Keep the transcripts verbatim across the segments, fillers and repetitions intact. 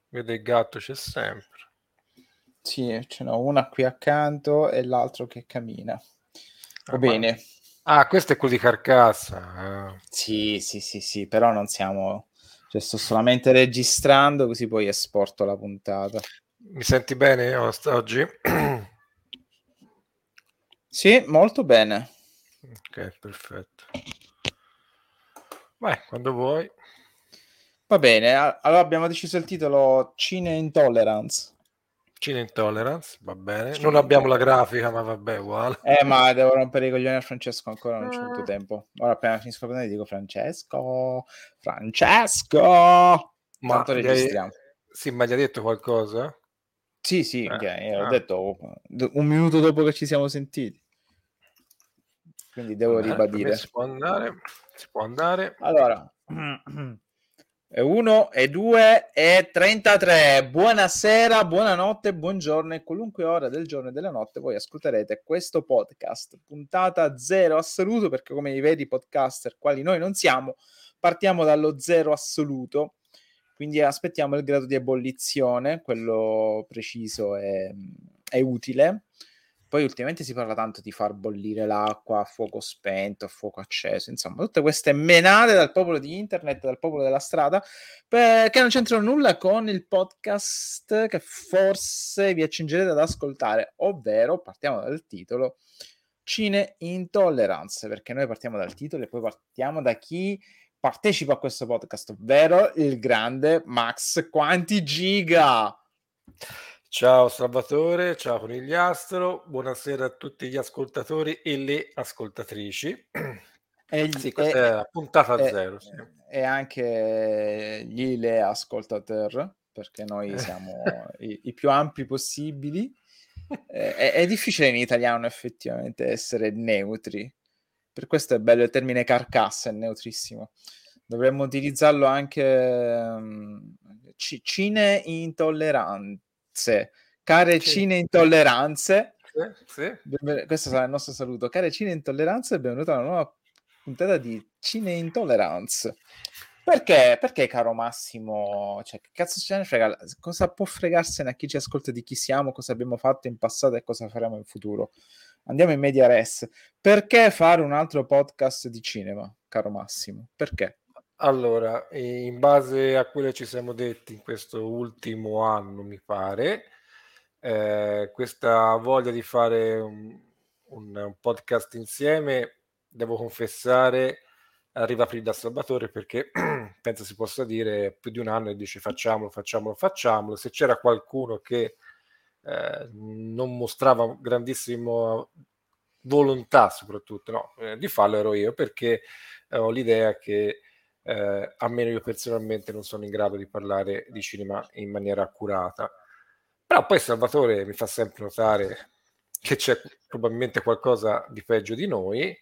Vede il gatto c'è sempre. Sì, ce n'ho una qui accanto e l'altro che cammina. Va Ah, ma... bene. ah, questo è quello di Carcassa. Ah. Sì, sì, sì, sì, però non siamo... Cioè, sto solamente registrando, così poi esporto la puntata. Mi senti bene oggi? Sì, molto bene. Ok, perfetto. Vai, quando vuoi. Va bene, allora abbiamo deciso il titolo Cine Intolerance. Cine Intolerance, va bene. Non Cine abbiamo la Intolerance. grafica, ma vabbè, uguale. Eh, ma devo rompere i coglioni a Francesco, ancora non c'è avuto tempo. Ora appena finisco con te dico Francesco, Francesco! Ma Tanto gli hai... registriamo. Sì, ma gli hai detto qualcosa? Sì, sì, Eh, okay, ho ah, detto un minuto dopo che ci siamo sentiti. Quindi va devo bene, per me ribadire. si può andare. Si può andare. Allora, e uno, e due, e trentatré. Buonasera, buonanotte, buongiorno e qualunque ora del giorno e della notte voi ascolterete questo podcast. Puntata zero assoluto, perché come i veri podcaster, quali noi non siamo, partiamo dallo zero assoluto. Quindi aspettiamo il grado di ebollizione, quello preciso e, e utile. Poi ultimamente si parla tanto di far bollire l'acqua a fuoco spento, a fuoco acceso, insomma, tutte queste menate dal popolo di internet, dal popolo della strada, perché non c'entrano nulla con il podcast che forse vi accingerete ad ascoltare, ovvero, partiamo dal titolo, Cine Intolerance, perché noi partiamo dal titolo e poi partiamo da chi partecipa a questo podcast, ovvero il grande Max Quanti Giga. Ciao Salvatore, ciao Conigliastro, buonasera a tutti gli ascoltatori e le ascoltatrici. E, Sì, questa è e, la puntata e, zero. Sì. e anche gli le ascoltateur, perché noi Eh. siamo i, i più ampi possibili. Eh, è, è difficile in italiano effettivamente essere neutri, per questo è bello il termine carcassa, è neutrissimo. Dovremmo utilizzarlo anche um, c- cine intolleranze, care Sì, cine intolleranze. sì, sì. Benven- questo sarà il nostro saluto. Care Cine Intolleranze, benvenuta a una nuova puntata di Cine Intolerance. Perché? Perché, caro Massimo, cioè, che cazzo ce ne frega? Cosa può fregarsene a chi ci ascolta di chi siamo, cosa abbiamo fatto in passato e cosa faremo in futuro? Andiamo in media res. Perché fare un altro podcast di cinema, caro Massimo? Perché? Allora, in base a quello che ci siamo detti in questo ultimo anno, mi pare, eh, questa voglia di fare un, un, un podcast insieme, devo confessare, arriva più da Salvatore perché penso si possa dire più di un anno e dice facciamolo, facciamolo, facciamolo. Se c'era qualcuno che eh, non mostrava grandissima volontà, soprattutto no, eh, di farlo, ero io perché eh, ho l'idea che eh, almeno io personalmente non sono in grado di parlare di cinema in maniera accurata. Però poi Salvatore mi fa sempre notare che c'è probabilmente qualcosa di peggio di noi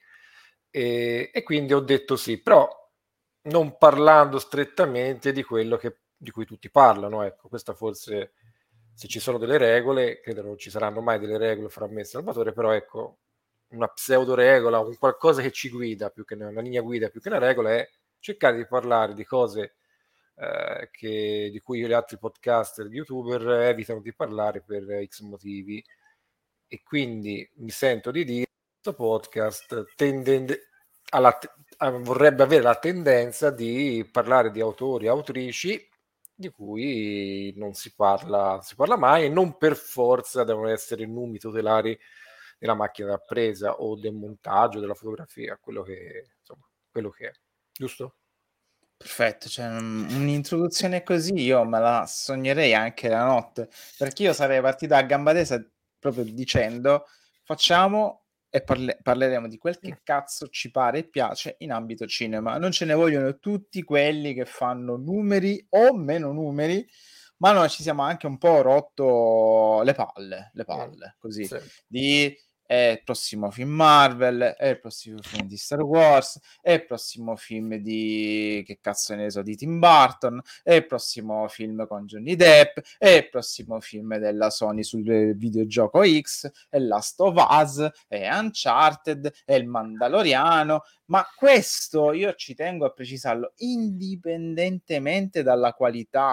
e, e quindi ho detto sì, però non parlando strettamente di quello che, di cui tutti parlano. Ecco, questa forse, se ci sono delle regole, credo non ci saranno mai delle regole fra me e Salvatore, però ecco, una pseudo regola, un qualcosa che ci guida, più che una linea guida, più che una regola, è cercare di parlare di cose eh, che, di cui gli altri podcaster, gli youtuber evitano di parlare per X motivi. E quindi mi sento di dire questo podcast tende alla, vorrebbe avere la tendenza di parlare di autori e autrici di cui non si parla, si parla mai e non per forza devono essere numi tutelari della macchina da presa o del montaggio, della fotografia, quello che, insomma, quello che è, giusto? Perfetto, cioè un- un'introduzione così io me la sognerei anche la notte, perché io sarei partito a gamba tesa proprio dicendo facciamo e parle- parleremo di quel che cazzo ci pare e piace in ambito cinema. Non ce ne vogliono tutti quelli che fanno numeri o meno numeri, ma noi ci siamo anche un po' rotto le palle, le Mm, palle, così, sì. di è il prossimo film Marvel, è il prossimo film di Star Wars, è il prossimo film di che cazzo ne so di Tim Burton, è il prossimo film con Johnny Depp, è il prossimo film della Sony sul videogioco X, è Last of Us, è Uncharted, è il Mandaloriano, ma questo io ci tengo a precisarlo indipendentemente dalla qualità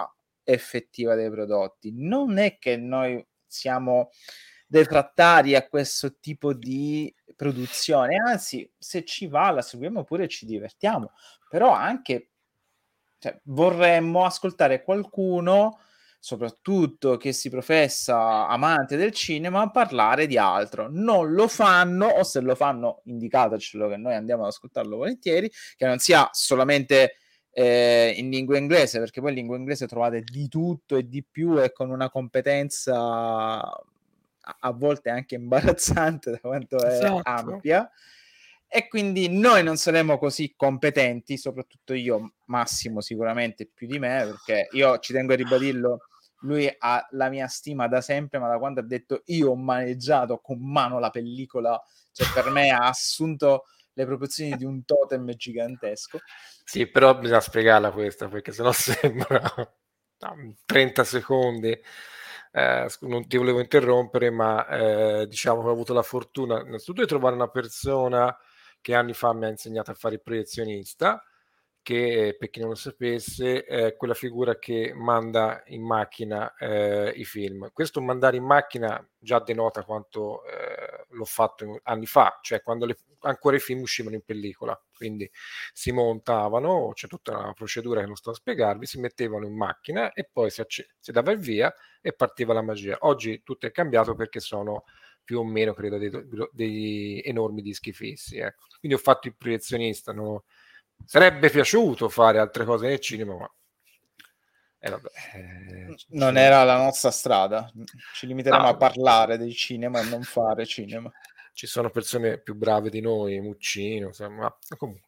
effettiva dei prodotti. Non è che noi siamo detrattari a questo tipo di produzione, anzi, se ci va la seguiamo pure e ci divertiamo, però anche, cioè, vorremmo ascoltare qualcuno, soprattutto che si professa amante del cinema, parlare di altro. Non lo fanno, o se lo fanno indicatecelo che noi andiamo ad ascoltarlo volentieri, che non sia solamente eh, in lingua inglese, perché poi in lingua inglese trovate di tutto e di più e con una competenza a, a volte anche imbarazzante da quanto è Esatto. ampia. E quindi noi non saremo così competenti, soprattutto io, Massimo sicuramente più di me, perché io ci tengo a ribadirlo, lui ha la mia stima da sempre, ma da quando ha detto io ho maneggiato con mano la pellicola, cioè per me ha assunto le proporzioni di un totem gigantesco. Sì, però bisogna spiegarla questa, perché sennò sembra trenta secondi. Eh, non ti volevo interrompere, ma eh, diciamo che ho avuto la fortuna innanzitutto di trovare una persona che anni fa mi ha insegnato a fare il proiezionista, che per chi non lo sapesse è quella figura che manda in macchina eh, i film. Questo mandare in macchina già denota quanto eh, l'ho fatto anni fa, cioè quando le, ancora i film uscivano in pellicola, quindi si montavano, c'è tutta una procedura che non sto a spiegarvi, si mettevano in macchina e poi si, acc- si dava il via e partiva la magia. Oggi tutto è cambiato perché sono più o meno, credo, dei, dei enormi dischi fissi. Ecco. Quindi ho fatto il proiezionista, no? Sarebbe piaciuto fare altre cose nel cinema, ma eh, vabbè, eh, non era la nostra strada. Ci limiteremo no, a parlare del cinema e non fare cinema. Ci sono persone più brave di noi, Muccino, insomma, ma comunque.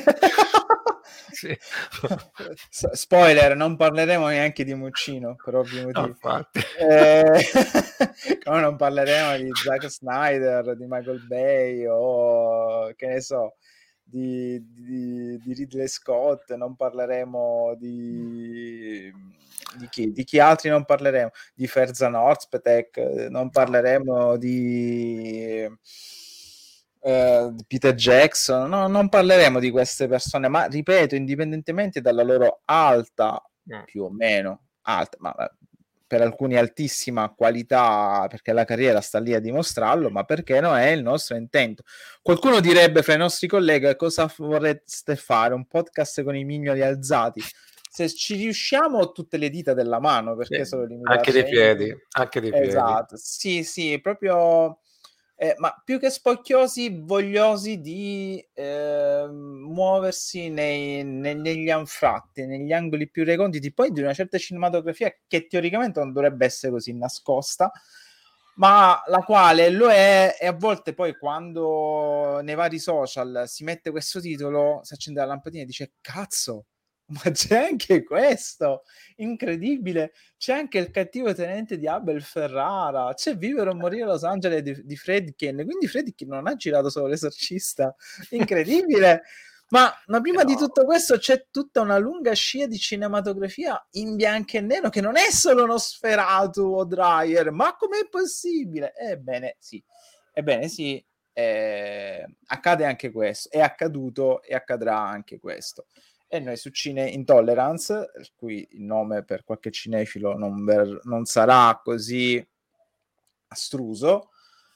Sì. Spoiler, non parleremo neanche di Muccino per ovvi motivi. No, eh, come non parleremo di Zack Snyder, di Michael Bay o che ne so di, di, di Ridley Scott, non parleremo di di chi, di chi altri non parleremo, di Ferzan Orzpetek, non parleremo di Uh, Peter Jackson, no, non parleremo di queste persone, ma ripeto, indipendentemente dalla loro alta, mm. più o meno alta, ma per alcuni altissima qualità, perché la carriera sta lì a dimostrarlo, ma perché no, è il nostro intento. Qualcuno direbbe fra i nostri colleghi cosa vorreste fare? Un podcast con i mignoli alzati? Se ci riusciamo, tutte le dita della mano, perché Sì, sono limitato anche dei piedi, anche dei esatto, piedi. sì, sì, proprio eh, ma più che spocchiosi, vogliosi di eh, muoversi nei, nei, negli anfratti, negli angoli più reconditi, poi di una certa cinematografia che teoricamente non dovrebbe essere così nascosta, ma la quale lo è, e a volte poi quando nei vari social si mette questo titolo, si accende la lampadina e dice cazzo, ma c'è anche questo, incredibile, c'è anche il cattivo tenente di Abel Ferrara, c'è Vivere o morire a Los Angeles di, di Friedkin, quindi Friedkin non ha girato solo L'Esorcista, incredibile. Ma, ma prima no. di tutto questo c'è tutta una lunga scia di cinematografia in bianco e nero che non è solo Nosferatu o Dreyer, ma com'è possibile? Ebbene sì, ebbene sì, eh, accade anche questo, è accaduto e accadrà anche questo. E noi su Cine Intolerance, il cui il nome per qualche cinefilo non, ver- non sarà così astruso,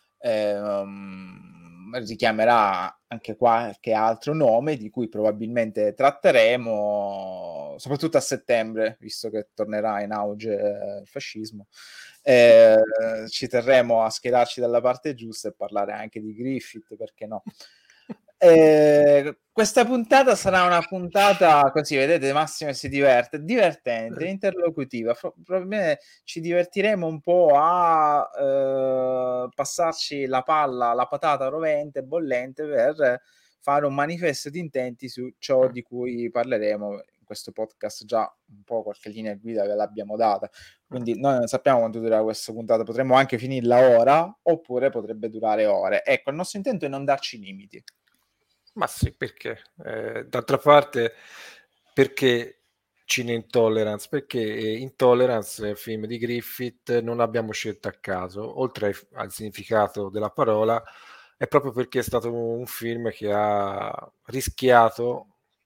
ehm, richiamerà anche qualche altro nome di cui probabilmente tratteremo soprattutto a settembre, visto che tornerà in auge il fascismo. Eh, ci terremo a schierarci dalla parte giusta e parlare anche di Griffith, perché no? Eh, questa puntata sarà una puntata così, vedete, Massimo si diverte, divertente, interlocutiva. Probabilmente ci divertiremo un po' a eh, passarci la palla, la patata rovente, bollente per fare un manifesto di intenti su ciò di cui parleremo in questo podcast. Già un po' qualche linea guida ve l'abbiamo data, quindi noi non sappiamo quanto durerà questa puntata, potremmo anche finirla ora oppure potrebbe durare ore. Ecco, il nostro intento è non darci limiti. Ma sì, perché? Eh, d'altra parte, perché Cine Intolerance? Perché Intolerance, film di Griffith, non abbiamo scelto a caso, oltre al significato della parola, è proprio perché è stato un film che ha rischiato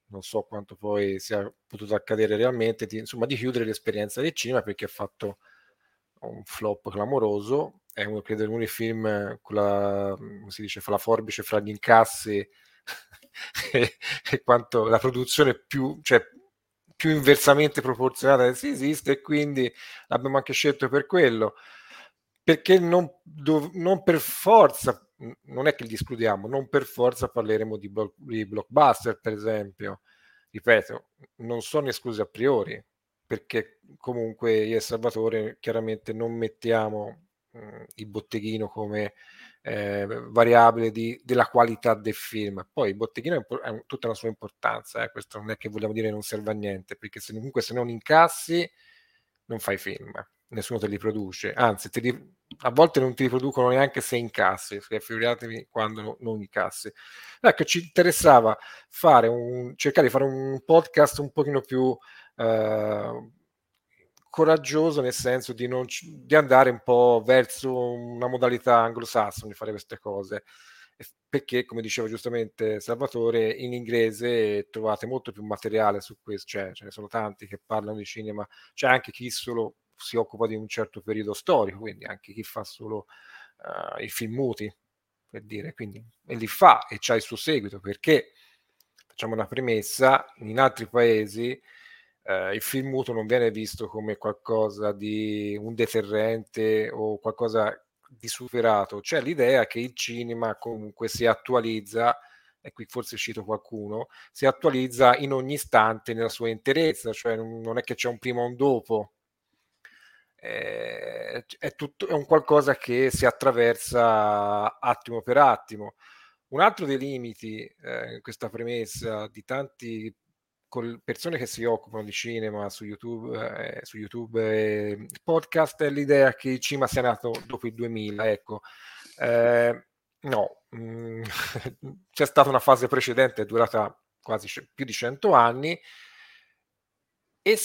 non so quanto poi sia potuto accadere realmente, di, insomma, di chiudere l'esperienza del cinema perché ha fatto un flop clamoroso. È uno, credo, uno dei film con la, come si dice, fa la forbice fra gli incassi e, e quanto la produzione più, cioè, più inversamente proporzionata che si esiste, e quindi l'abbiamo anche scelto per quello, perché non, dov- non per forza, non è che li escludiamo, non per forza parleremo di, blo- di blockbuster, per esempio. Ripeto, non sono esclusi a priori, perché comunque io e Salvatore chiaramente non mettiamo mh, il botteghino come eh, variabile di, della qualità del film. Poi il botteghino ha tutta la sua importanza, eh, questo non è che vogliamo dire non serve a niente, perché se, comunque se non incassi non fai film, nessuno te li produce, anzi te li, a volte non ti riproducono neanche se incassi, figuratevi quando no, non incassi. Ecco, ci interessava fare un, cercare di fare un podcast un pochino più eh, coraggioso, nel senso di, non, di andare un po' verso una modalità anglosassone di fare queste cose, perché come diceva giustamente Salvatore, in inglese trovate molto più materiale su questo, cioè ce ne sono tanti che parlano di cinema, c'è anche chi solo si occupa di un certo periodo storico, quindi anche chi fa solo uh, i film muti, per dire, quindi e li fa e c'ha il suo seguito, perché facciamo una premessa: in altri paesi eh, il film muto non viene visto come qualcosa di un deterrente o qualcosa di superato, c'è l'idea che il cinema comunque si attualizza, e qui forse cito qualcuno, si attualizza in ogni istante nella sua interezza, cioè non è che c'è un prima o un dopo, è, è, tutto, è un qualcosa che si attraversa attimo per attimo. Un altro dei limiti, eh, in questa premessa, di tanti persone che si occupano di cinema su YouTube, eh, su YouTube e podcast, è l'idea che il cinema sia nato dopo il duemila. Ecco, eh, no, mh, c'è stata una fase precedente, è durata quasi c- più di cento anni, e,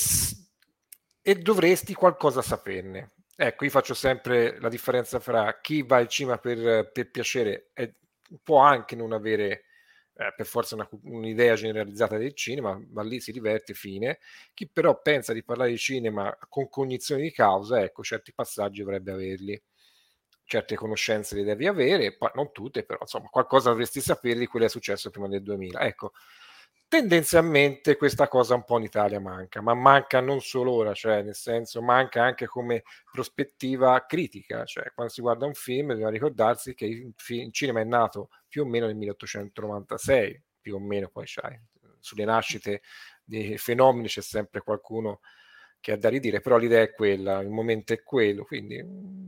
e dovresti qualcosa saperne. Ecco, io faccio sempre la differenza fra chi va al cinema per, per piacere e può anche non avere eh, per forza una, un'idea generalizzata del cinema, ma lì si diverte, fine. Chi però pensa di parlare di cinema con cognizione di causa, ecco, certi passaggi dovrebbe averli, certe conoscenze le devi avere, non tutte, però insomma qualcosa dovresti sapere di quello che è successo prima del duemila. Ecco, tendenzialmente questa cosa un po' in Italia manca, ma manca non solo ora, cioè nel senso manca anche come prospettiva critica, cioè quando si guarda un film bisogna ricordarsi che il, film, il cinema è nato più o meno nel milleottocentonovantasei, più o meno, poi sai, sulle nascite dei fenomeni c'è sempre qualcuno che ha da ridire, però l'idea è quella, il momento è quello, quindi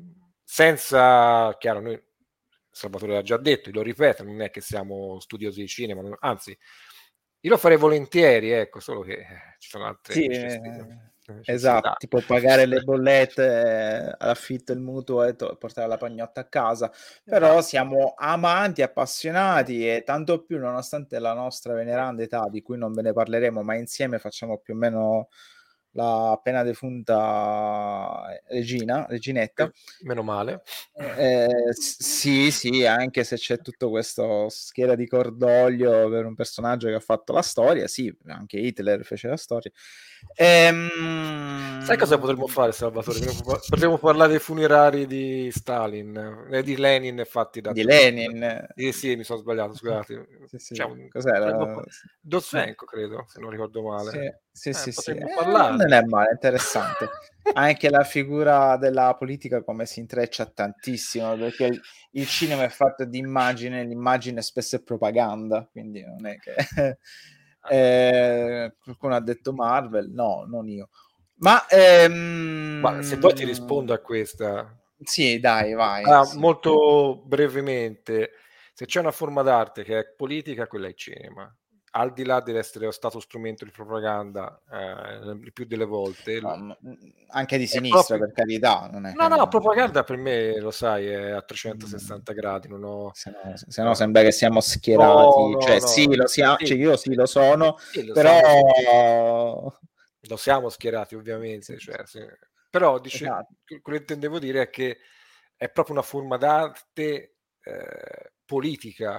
senza, chiaro, noi, Salvatore l'ha già detto, lo ripeto, non è che siamo studiosi di cinema, anzi, io lo farei volentieri, ecco, solo che eh, ci sono altre sì, necessità. esatto, tipo pagare le bollette, eh, l'affitto, il mutuo e to- portare la pagnotta a casa, però esatto. siamo amanti, appassionati e tanto più nonostante la nostra veneranda età, di cui non ve ne parleremo, ma insieme facciamo più o meno la appena defunta Regina, Reginetta. Meno male. Eh, sì, sì, anche se c'è tutto questo schiera di cordoglio per un personaggio che ha fatto la storia, sì, anche Hitler fece la storia. Ehm... Sai cosa potremmo fare, Salvatore? Potremmo parlare dei funerali di Stalin, eh, di Lenin fatti da di Dos. Lenin. Eh, sì, mi sono sbagliato, scusate. Sì, sì. Cioè, un... Cos'era? Dosvenko, credo, se non ricordo male. Sì, sì, Eh, sì, sì. potremmo Eh, non parlarne. è male, interessante. Anche la figura della politica come si intreccia tantissimo, perché il, il cinema è fatto di immagine, l'immagine spesso è propaganda, quindi non è che... eh, qualcuno ha detto Marvel, no, non io. Ma... Ma se vuoi ti Ehm... rispondo a questa. Sì, dai, vai. Ah, Sì. molto brevemente, se c'è una forma d'arte che è politica, quella è il cinema. Al di là dell'essere stato strumento di propaganda, eh, il più delle volte, No, anche di è sinistra, proprio... per carità. Non è No, che... no, propaganda per me, lo sai, è a Mm. trecentosessanta gradi, non ho... Se no, se no eh, sembra che siamo no, schierati, no, cioè sì, no, lo siamo, sì, cioè io sì lo sono, sì, lo però siamo, lo siamo schierati sì, ovviamente, cioè, sì. Però dice, esatto. quello che intendevo dire è che è proprio una forma d'arte eh, politica,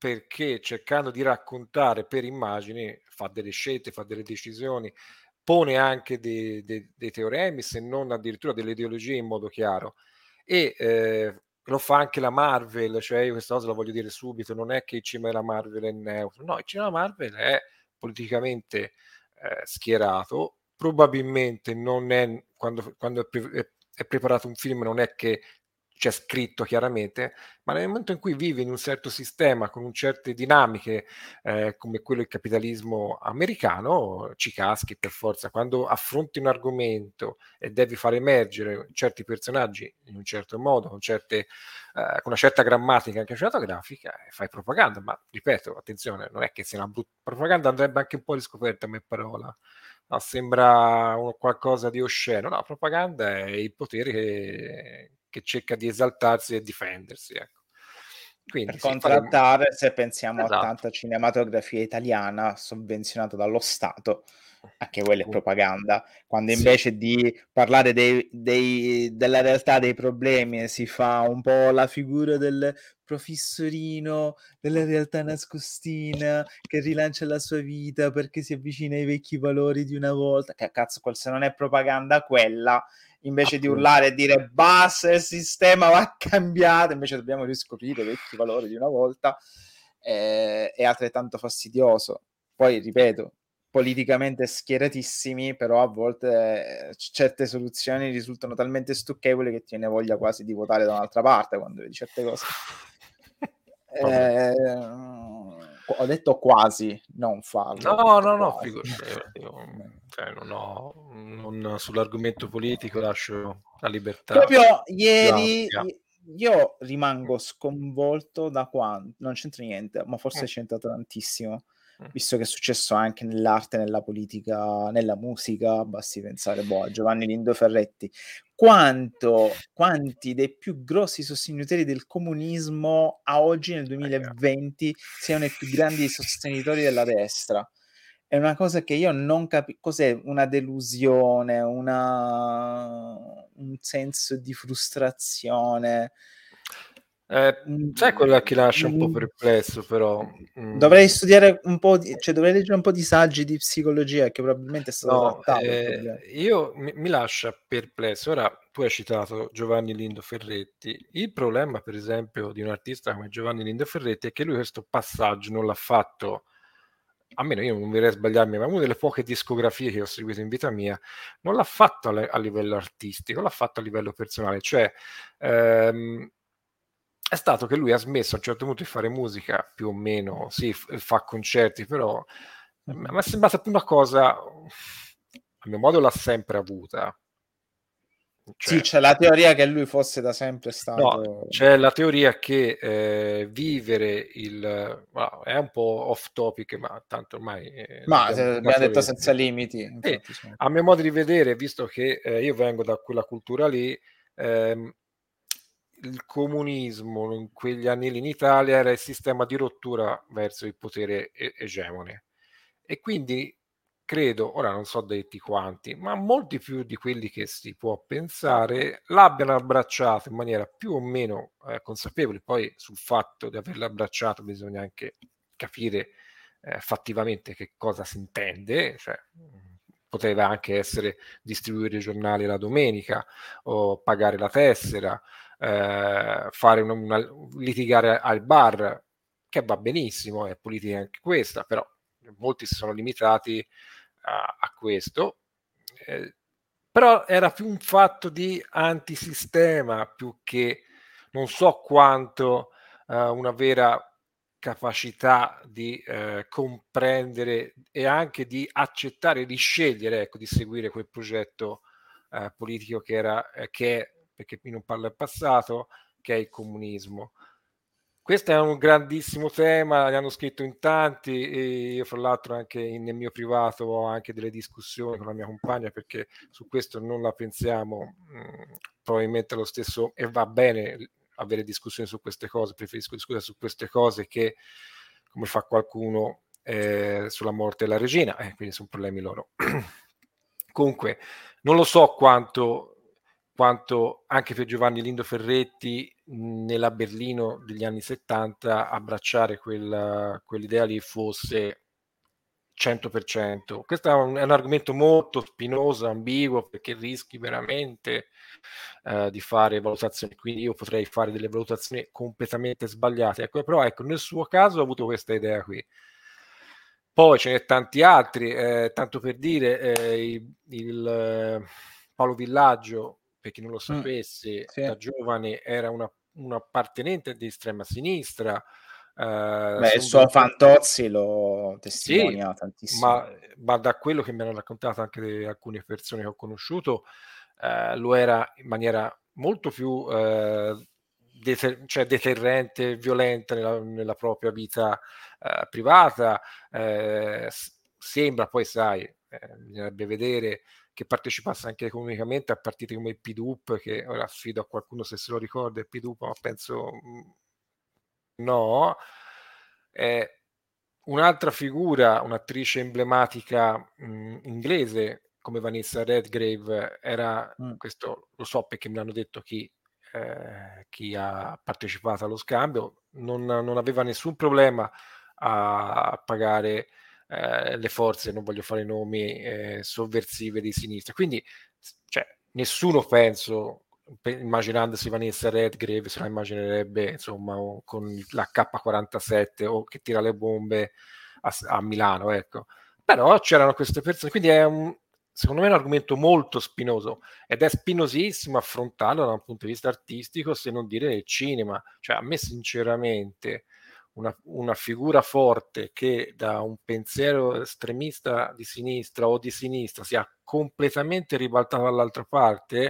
perché cercando di raccontare per immagini fa delle scelte, fa delle decisioni, pone anche dei, dei, dei teoremi, se non addirittura delle ideologie in modo chiaro. E eh, lo fa anche la Marvel, cioè io questa cosa la voglio dire subito, non è che il cinema della Marvel è neutro, no, il cinema Marvel è politicamente eh, schierato, probabilmente non è, quando, quando è, pre- è, è preparato un film non è che c'è scritto chiaramente, ma nel momento in cui vivi in un certo sistema con certe dinamiche eh, come quello del capitalismo americano, ci caschi per forza. Quando affronti un argomento e devi far emergere certi personaggi in un certo modo, con, certe, eh, con una certa grammatica anche cinematografica, eh, fai propaganda. Ma ripeto, attenzione, non è che sia una brutta propaganda, andrebbe anche un po' riscoperta come parola. No, sembra un, qualcosa di osceno. No, propaganda è il potere che, che cerca di esaltarsi e difendersi. Ecco. Quindi Per sì, fare... contrattare, se pensiamo a Esatto. tanta cinematografia italiana sovvenzionata dallo Stato, anche quella è propaganda, quando Sì. invece di parlare dei, dei, della realtà dei problemi si fa un po' la figura del professorino della realtà nascostina che rilancia la sua vita perché si avvicina ai vecchi valori di una volta. Che cazzo, se non è propaganda quella, invece Appunto. di urlare e dire basta, il sistema va cambiato, invece dobbiamo riscoprire i vecchi valori di una volta, eh, è altrettanto fastidioso. Poi, ripeto, politicamente schieratissimi, però a volte eh, certe soluzioni risultano talmente stucchevoli che ti viene voglia quasi di votare da un'altra parte quando vedi certe cose. Eh, ho detto quasi, non farlo. No, no, no, Quasi. figurati, io, cioè, non ho, non, sull'argomento politico lascio la libertà Proprio più ieri ampia. io rimango sconvolto da quando, non c'entra niente, ma forse Mm. c'entra tantissimo, Mm. visto che è successo anche nell'arte, nella politica, nella musica, basti pensare boh, a Giovanni Lindo Ferretti, quanto, quanti dei più grossi sostenitori del comunismo a oggi nel duemilaventi siano i più grandi sostenitori della destra. È una cosa che io non capisco. Cos'è una delusione, una un senso di frustrazione. Eh, sai quello che lascia un po' Mhmm, perplesso però? dovrei Mm. studiare un po' di cioè dovrei leggere un po' di saggi di psicologia, che probabilmente è stato No, trattato il eh, problema. io mi, mi lascia perplesso. Ora, tu hai citato Giovanni Lindo Ferretti. Il problema, per esempio, di un artista come Giovanni Lindo Ferretti è che lui questo passaggio non l'ha fatto, almeno io non vorrei sbagliarmi, ma una delle poche discografie che ho seguito in vita mia, non l'ha fatto a, a livello artistico, l'ha fatto a livello personale. Cioè, ehm, è stato che lui ha smesso a un certo punto di fare musica, più o meno, sì, f- fa concerti, però mi Mh-mh. è sembrata più una cosa, a mio modo l'ha sempre avuta. Sì, Cioè, c'è la teoria che lui fosse da sempre no, stato c'è la teoria che eh, vivere il... well, è un po' off topic, ma tanto ormai eh, ne ma se abbiamo abbiamo parlato detto parecchio. senza limiti, E infatti sono a mio modo di vedere, visto che eh, io vengo da quella cultura lì, ehm, il comunismo in quegli anni lì in Italia era il sistema di rottura verso il potere e- egemone. E quindi credo, ora non so detti quanti, ma molti più di quelli che si può pensare l'abbiano abbracciato in maniera più o meno eh, consapevole. Poi sul fatto di averlo abbracciato bisogna anche capire eh, fattivamente che cosa si intende, cioè poteva anche essere distribuire i giornali la domenica o pagare la tessera, eh, fare una, una, litigare al bar, che va benissimo, è politica anche questa, però molti si sono limitati a, a questo. Eh, però era più un fatto di antisistema più che non so quanto eh, una vera capacità di eh, comprendere e anche di accettare, di scegliere, ecco, di seguire quel progetto eh, politico che era, eh, che è, perché qui non parlo del passato, che è il comunismo. Questo è un grandissimo tema, ne hanno scritto in tanti e io fra l'altro anche in, nel mio privato ho anche delle discussioni con la mia compagna perché su questo non la pensiamo mh, probabilmente lo stesso e va bene avere discussioni su queste cose, preferisco discutere su queste cose che come fa qualcuno eh, sulla morte della regina, eh, quindi sono problemi loro. Comunque non lo so quanto quanto anche per Giovanni Lindo Ferretti nella Berlino degli anni settanta abbracciare quella, quell'idea lì fosse cento per cento. Questo è un, è un argomento molto spinoso, ambiguo, perché rischi veramente eh, di fare valutazioni, quindi io potrei fare delle valutazioni completamente sbagliate. Ecco, però ecco, nel suo caso ho avuto questa idea qui. Poi ce n'è tanti altri, eh, tanto per dire, eh, il, il eh, Paolo Villaggio, per chi non lo Mm, sapesse, sì. da giovane era una, un appartenente di estrema sinistra. Eh, Beh, il son suo venuto... Fantozzi lo Sì, testimonia tantissimo. ma, ma da quello che mi hanno raccontato anche de- alcune persone che ho conosciuto, eh, lo era in maniera molto più eh, deter- cioè deterrente, violenta nella, nella propria vita eh, privata. Eh, s- sembra poi, sai, eh, bisognerebbe vedere che partecipasse anche economicamente a partiti come il P D U P, che ora sfido a qualcuno se se lo ricorda il P D U P, ma penso mh, no. Eh, un'altra figura, un'attrice emblematica mh, inglese come Vanessa Redgrave, era, Mm. questo lo so perché mi hanno detto chi, eh, chi ha partecipato allo scambio, non, non aveva nessun problema a pagare eh, le forze, non voglio fare nomi, eh, sovversive di sinistra. Quindi, cioè, nessuno penso, immaginandosi Vanessa Redgrave, se la immaginerebbe insomma con la K quarantasette o che tira le bombe a, a Milano, ecco. Però c'erano queste persone, quindi è un, secondo me è un argomento molto spinoso ed è spinosissimo affrontarlo da un punto di vista artistico, se non dire del cinema. Cioè, a me sinceramente una, una figura forte che da un pensiero estremista di sinistra o di sinistra sia completamente ribaltata dall'altra parte,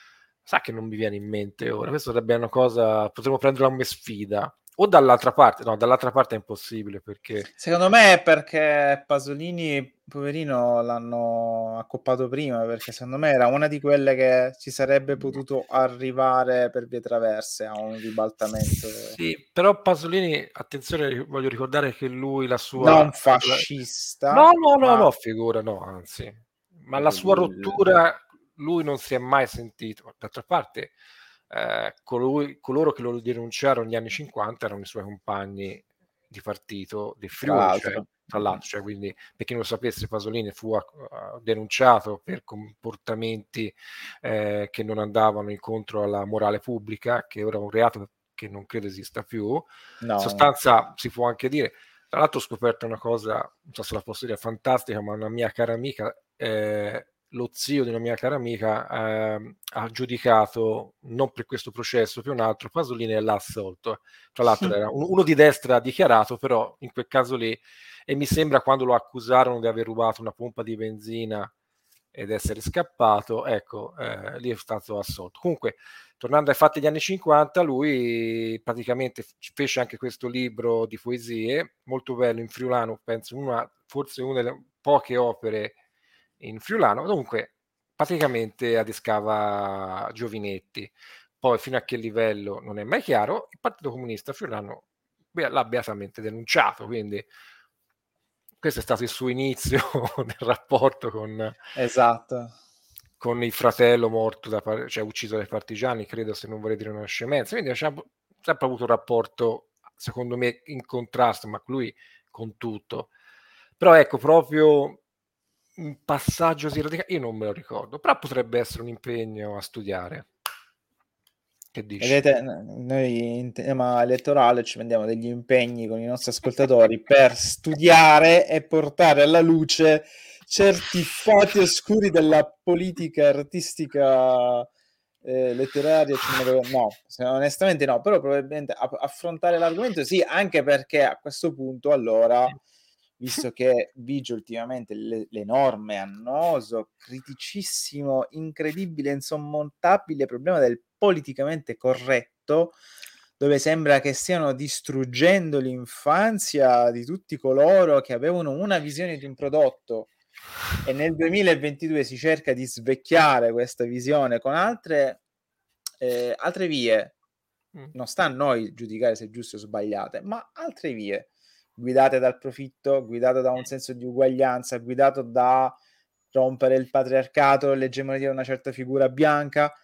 sa che non mi viene in mente ora. Questa sarebbe una cosa, potremmo prenderla come sfida. O dall'altra parte, no, dall'altra parte è impossibile perché... Secondo me è perché Pasolini, poverino, l'hanno accoppato prima, perché secondo me era una di quelle che ci sarebbe potuto arrivare per vie traverse a un ribaltamento. Sì, però Pasolini, attenzione, voglio ricordare che lui, la sua... Non la- fascista, No, no, no, ma no, figura, no, anzi, ma la proprio sua il... rottura lui non si è mai sentito. D'altra parte, eh, colui- coloro che lo denunciarono negli anni cinquanta erano i suoi compagni di partito del tra Friuli, cioè, l'altro. tra l'altro, cioè, quindi per chi non lo sapesse, Pasolini fu uh, denunciato per comportamenti eh, che non andavano incontro alla morale pubblica, che ora è un reato che non credo esista più. In No, no. sostanza si può anche dire, tra l'altro ho scoperto una cosa, non so se la posso dire, fantastica, ma una mia cara amica, eh, lo zio di una mia cara amica eh, ha giudicato, non per questo processo, per un altro, Pasolini e l'ha assolto. Tra l'altro era un- uno di destra dichiarato, però in quel caso lì, e mi sembra quando lo accusarono di aver rubato una pompa di benzina ed essere scappato, ecco, eh, lì è stato assolto. Comunque, tornando ai fatti degli anni cinquanta, lui praticamente fece anche questo libro di poesie, molto bello, in friulano, penso una, forse una delle poche opere in friulano, comunque praticamente adescava giovinetti. Poi fino a che livello non è mai chiaro, il Partito Comunista friulano l'ha beatamente denunciato, quindi questo è stato il suo inizio nel rapporto con, Esatto. con il fratello morto, da, cioè ucciso dai partigiani, credo, se non vorrei dire una scemenza. Quindi ha sempre avuto un rapporto, secondo me, in contrasto, ma lui con tutto. Però ecco, proprio un passaggio così radicale, io non me lo ricordo, però potrebbe essere un impegno a studiare. Che dici? Vedete, n- noi in tema elettorale ci prendiamo degli impegni con i nostri ascoltatori per studiare e portare alla luce certi fatti oscuri della politica artistica, eh, letteraria, cinematografica. No, se- onestamente no, però probabilmente a- affrontare l'argomento sì, anche perché a questo punto allora, visto che vige ultimamente le- l'enorme, annoso, criticissimo, incredibile, insormontabile problema del politicamente corretto, dove sembra che stiano distruggendo l'infanzia di tutti coloro che avevano una visione di un prodotto e nel duemilaventidue si cerca di svecchiare questa visione con altre, eh, altre vie. Mm. Non sta a noi giudicare se giuste o sbagliate, ma altre vie guidate dal profitto, guidate da un senso di uguaglianza, guidato da rompere il patriarcato, l'egemonia di una certa figura bianca,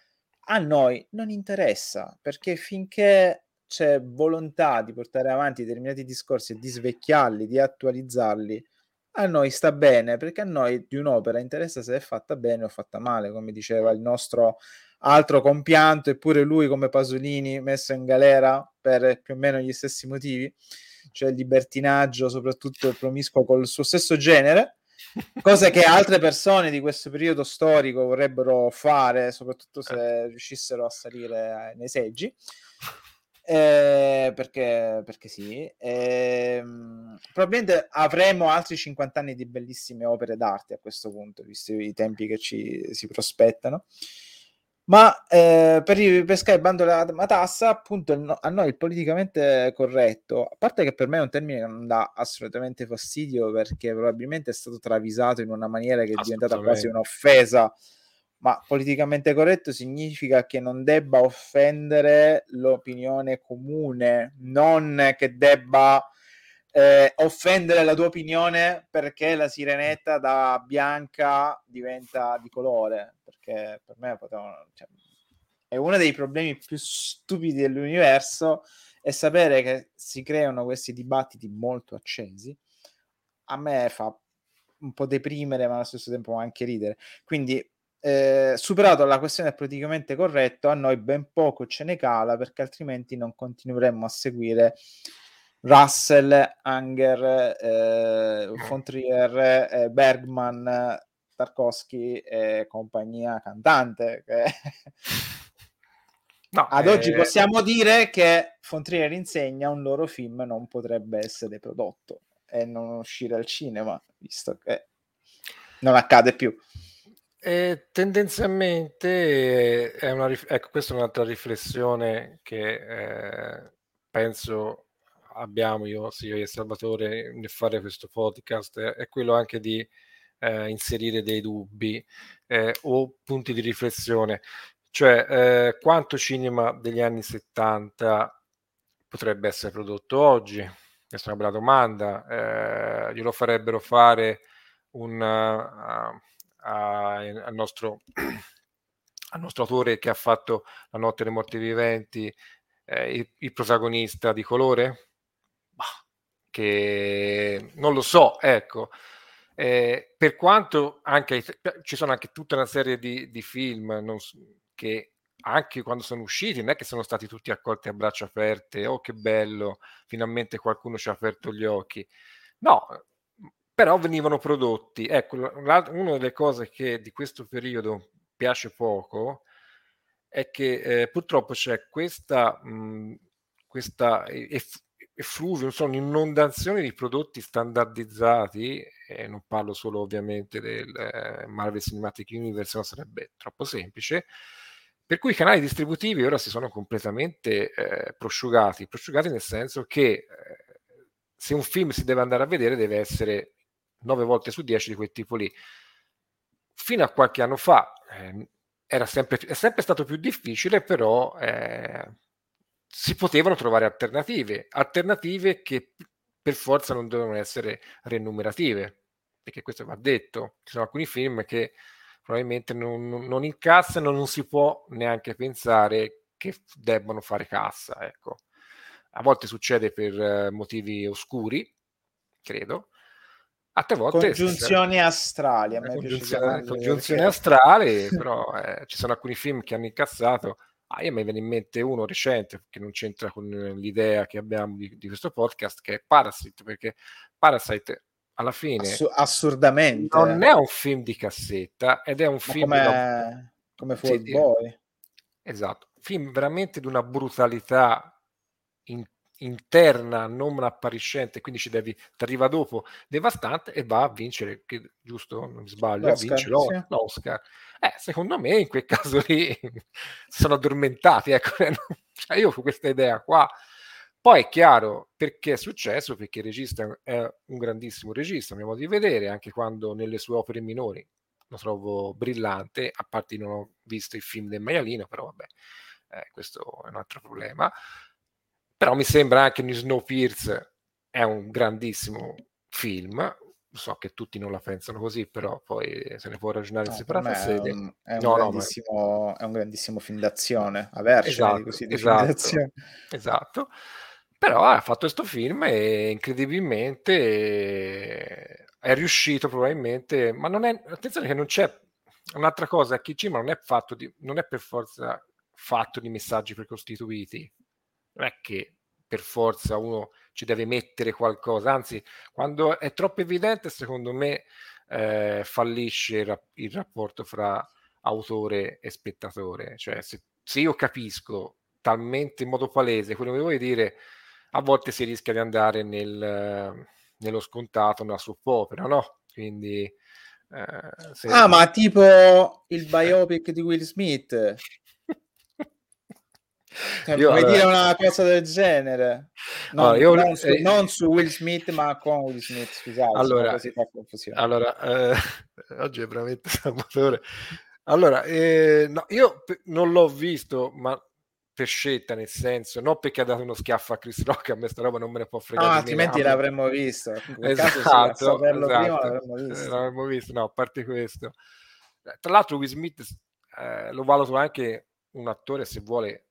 a noi non interessa, perché finché c'è volontà di portare avanti determinati discorsi e di svecchiarli, di attualizzarli, a noi sta bene, perché a noi di un'opera interessa se è fatta bene o fatta male, come diceva il nostro altro compianto, eppure lui come Pasolini messo in galera per più o meno gli stessi motivi, cioè il libertinaggio, soprattutto il promiscuo col suo stesso genere, cose che altre persone di questo periodo storico vorrebbero fare, soprattutto se riuscissero a salire nei seggi. Eh, perché, perché sì, eh, probabilmente avremo altri cinquanta anni di bellissime opere d'arte a questo punto, visti i tempi che ci si prospettano. Ma eh, per i pescare il bando della matassa, appunto, no, a noi il politicamente corretto, a parte che per me è un termine che non dà assolutamente fastidio, perché probabilmente è stato travisato in una maniera che è diventata quasi un'offesa, ma politicamente corretto significa che non debba offendere l'opinione comune, non che debba eh, offendere la tua opinione perché la sirenetta da bianca diventa di colore, perché per me potevano, cioè, è uno dei problemi più stupidi dell'universo, è sapere che si creano questi dibattiti molto accesi. A me fa un po' deprimere, ma allo stesso tempo anche ridere. Quindi eh, superato la questione del politicamente corretto, a noi ben poco ce ne cala, perché altrimenti non continueremmo a seguire Russell, Anger, eh, von Trier, eh, Bergman, Tarkovsky e compagnia cantante. Che no, ad eh... oggi possiamo dire che von Trier insegna un loro film non potrebbe essere prodotto e non uscire al cinema, visto che non accade più. E tendenzialmente è una, ecco, questa è un'altra riflessione che eh, penso abbiamo io, sì, io e Salvatore nel fare questo podcast, è quello anche di eh, inserire dei dubbi eh, o punti di riflessione, cioè eh, quanto cinema degli anni settanta potrebbe essere prodotto oggi? Questa è una bella domanda, eh, glielo farebbero fare un uh, al nostro al nostro autore che ha fatto La notte dei morti viventi, eh, il, il protagonista di colore? Bah, che non lo so, ecco. Eh, per quanto anche ci sono anche tutta una serie di, di film non, che anche quando sono usciti non è che sono stati tutti accolti a braccia aperte, oh che bello, finalmente qualcuno ci ha aperto gli occhi. No, però venivano prodotti. Ecco, una delle cose che di questo periodo piace poco è che eh, purtroppo c'è questa, mh, questa eff- effluvio, non so, un'inondazione di prodotti standardizzati, e non parlo solo ovviamente del eh, Marvel Cinematic Universe, no, sarebbe troppo semplice, per cui i canali distributivi ora si sono completamente eh, prosciugati, prosciugati nel senso che eh, se un film si deve andare a vedere deve essere nove volte su dieci di quel tipo lì. Fino a qualche anno fa eh, era sempre, è sempre stato più difficile, però eh, si potevano trovare alternative, alternative che per forza non devono essere renumerative, perché questo va detto. Ci sono alcuni film che probabilmente non, non incassano, non si può neanche pensare che debbano fare cassa, ecco. A volte succede per eh, motivi oscuri, credo. Altre volte congiunzioni astrali, a me congiunzione, congiunzione perché... astrali, però eh, ci sono alcuni film che hanno incassato. Ah, io mi viene in mente uno recente che non c'entra con l'idea che abbiamo di, di questo podcast, che è Parasite, perché Parasite alla fine Assu- assurdamente non è un film di cassetta ed è un ma film come, una... come Fall sì, Boy, esatto, film veramente di una brutalità in, interna non appariscente, quindi ci devi, ti arriva dopo, devastante, e va a vincere, che, giusto, non mi sbaglio, l'Oscar, vince lo, sì. l'Oscar. Eh, secondo me in quel caso lì sono addormentati, ecco, cioè io ho questa idea qua. Poi è chiaro perché è successo, perché il regista è un grandissimo regista, a mio modo di vedere, anche quando nelle sue opere minori lo trovo brillante, a parte non ho visto il film del maialino, però vabbè, eh, questo è un altro problema. Però mi sembra anche che Snowpiercer è un grandissimo film, so che tutti non la pensano così, però poi se ne può ragionare in No, per separata me è sede. un, è un No, no, ma grandissimo, è un grandissimo film d'azione, avercene di esatto, così di film esatto, d'azione. esatto. Però ha fatto questo film e incredibilmente eh, è riuscito probabilmente, ma non è, attenzione che non c'è un'altra cosa, che il cinema non è fatto di, non è per forza fatto di messaggi precostituiti, non è che per forza uno ci deve mettere qualcosa, anzi, quando è troppo evidente, secondo me, eh, fallisce il, rap- il rapporto fra autore e spettatore. Cioè, se, se io capisco talmente in modo palese quello che vuoi dire, a volte si rischia di andare nel, nello scontato, nella soap opera, no? Quindi, eh, se... Ah, ma tipo il biopic di Will Smith. Cioè, io, vuoi allora, dire una cosa del genere? allora, Non, io, non su, eh, non su Will Smith, ma con Will Smith, scusate, sennò allora, così fa confusione. allora eh, oggi è veramente Salvatore. Allora, eh, no, io pe- non l'ho visto, ma per scelta, nel senso, non perché ha dato uno schiaffo a Chris Rock, a me sta roba non me ne può No, fregare di meno. A altrimenti me... l'avremmo visto. In quel caso sì, a Esatto, saperlo prima esatto, l'avremmo eh, visto. l'avremmo visto, no, a parte questo. Eh, Tra l'altro Will Smith eh, lo valuto anche un attore, se vuole,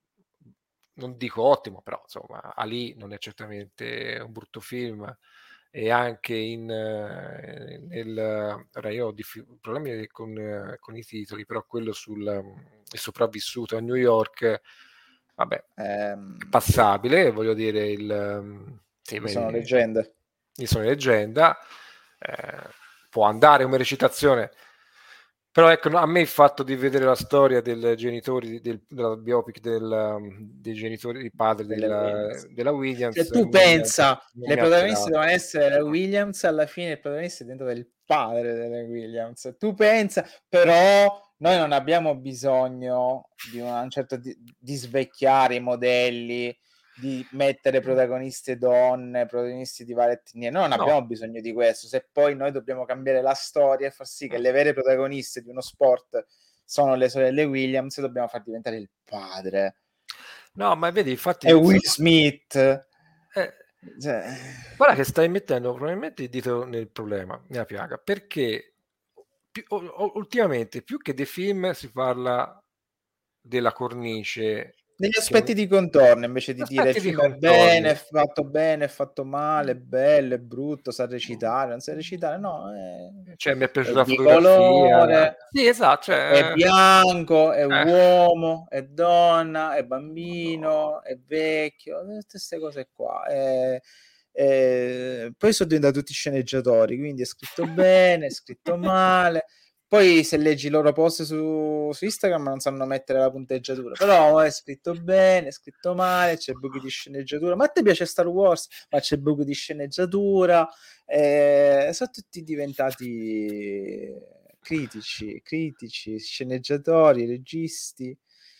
non dico ottimo, però insomma, Ali non è certamente un brutto film e anche in, eh, nel ora io ho diffi- problemi con, eh, con i titoli, però quello sul um, il sopravvissuto a New York, vabbè, Ehm, passabile, voglio dire, il, um, sì, Io sono beh, leggenda. io sono leggenda, eh, può andare come recitazione, però ecco, no, a me il fatto di vedere la storia dei genitori, del, della biopic del, um, dei genitori, dei padri Delle della, Williams. della Cioè, Williams tu non, pensa, non le mi ha protagoniste attirato. devono essere le Williams, alla fine il protagonista è diventato il padre delle Williams. Tu pensa, però noi non abbiamo bisogno di una certa di, di svecchiare i modelli, di mettere protagoniste donne, protagonisti di varie etnie. Noi non No. abbiamo bisogno di questo. Se poi noi dobbiamo cambiare la storia e far sì che le vere protagoniste di uno sport sono le sorelle Williams, dobbiamo far diventare il padre. No, ma vedi, infatti, E Will se- Smith. eh, Cioè, guarda che stai mettendo probabilmente il dito nel problema, nella piaga, perché più- o- o- ultimamente più che dei film si parla della cornice degli che non... aspetti di contorno, invece di dire il aspetti di film è bene, è contorno. fatto bene, è fatto male, è bello, è brutto, sa recitare, non sa recitare, no, è, Cioè, mi è è piaciuta la di fotografia. colore, Sì, esatto, è, è cioè, bianco, è eh, uomo, è donna, è no. bambino, è vecchio, tutte queste cose qua. È, è... Poi sono diventati tutti sceneggiatori, quindi è scritto bene, è scritto male. Poi se leggi i loro post su, su Instagram non sanno mettere la punteggiatura, però è scritto bene, è scritto male, c'è buchi di sceneggiatura. Ma a te piace Star Wars, ma c'è buchi di sceneggiatura. Eh, sono tutti diventati critici, critici, sceneggiatori, registi.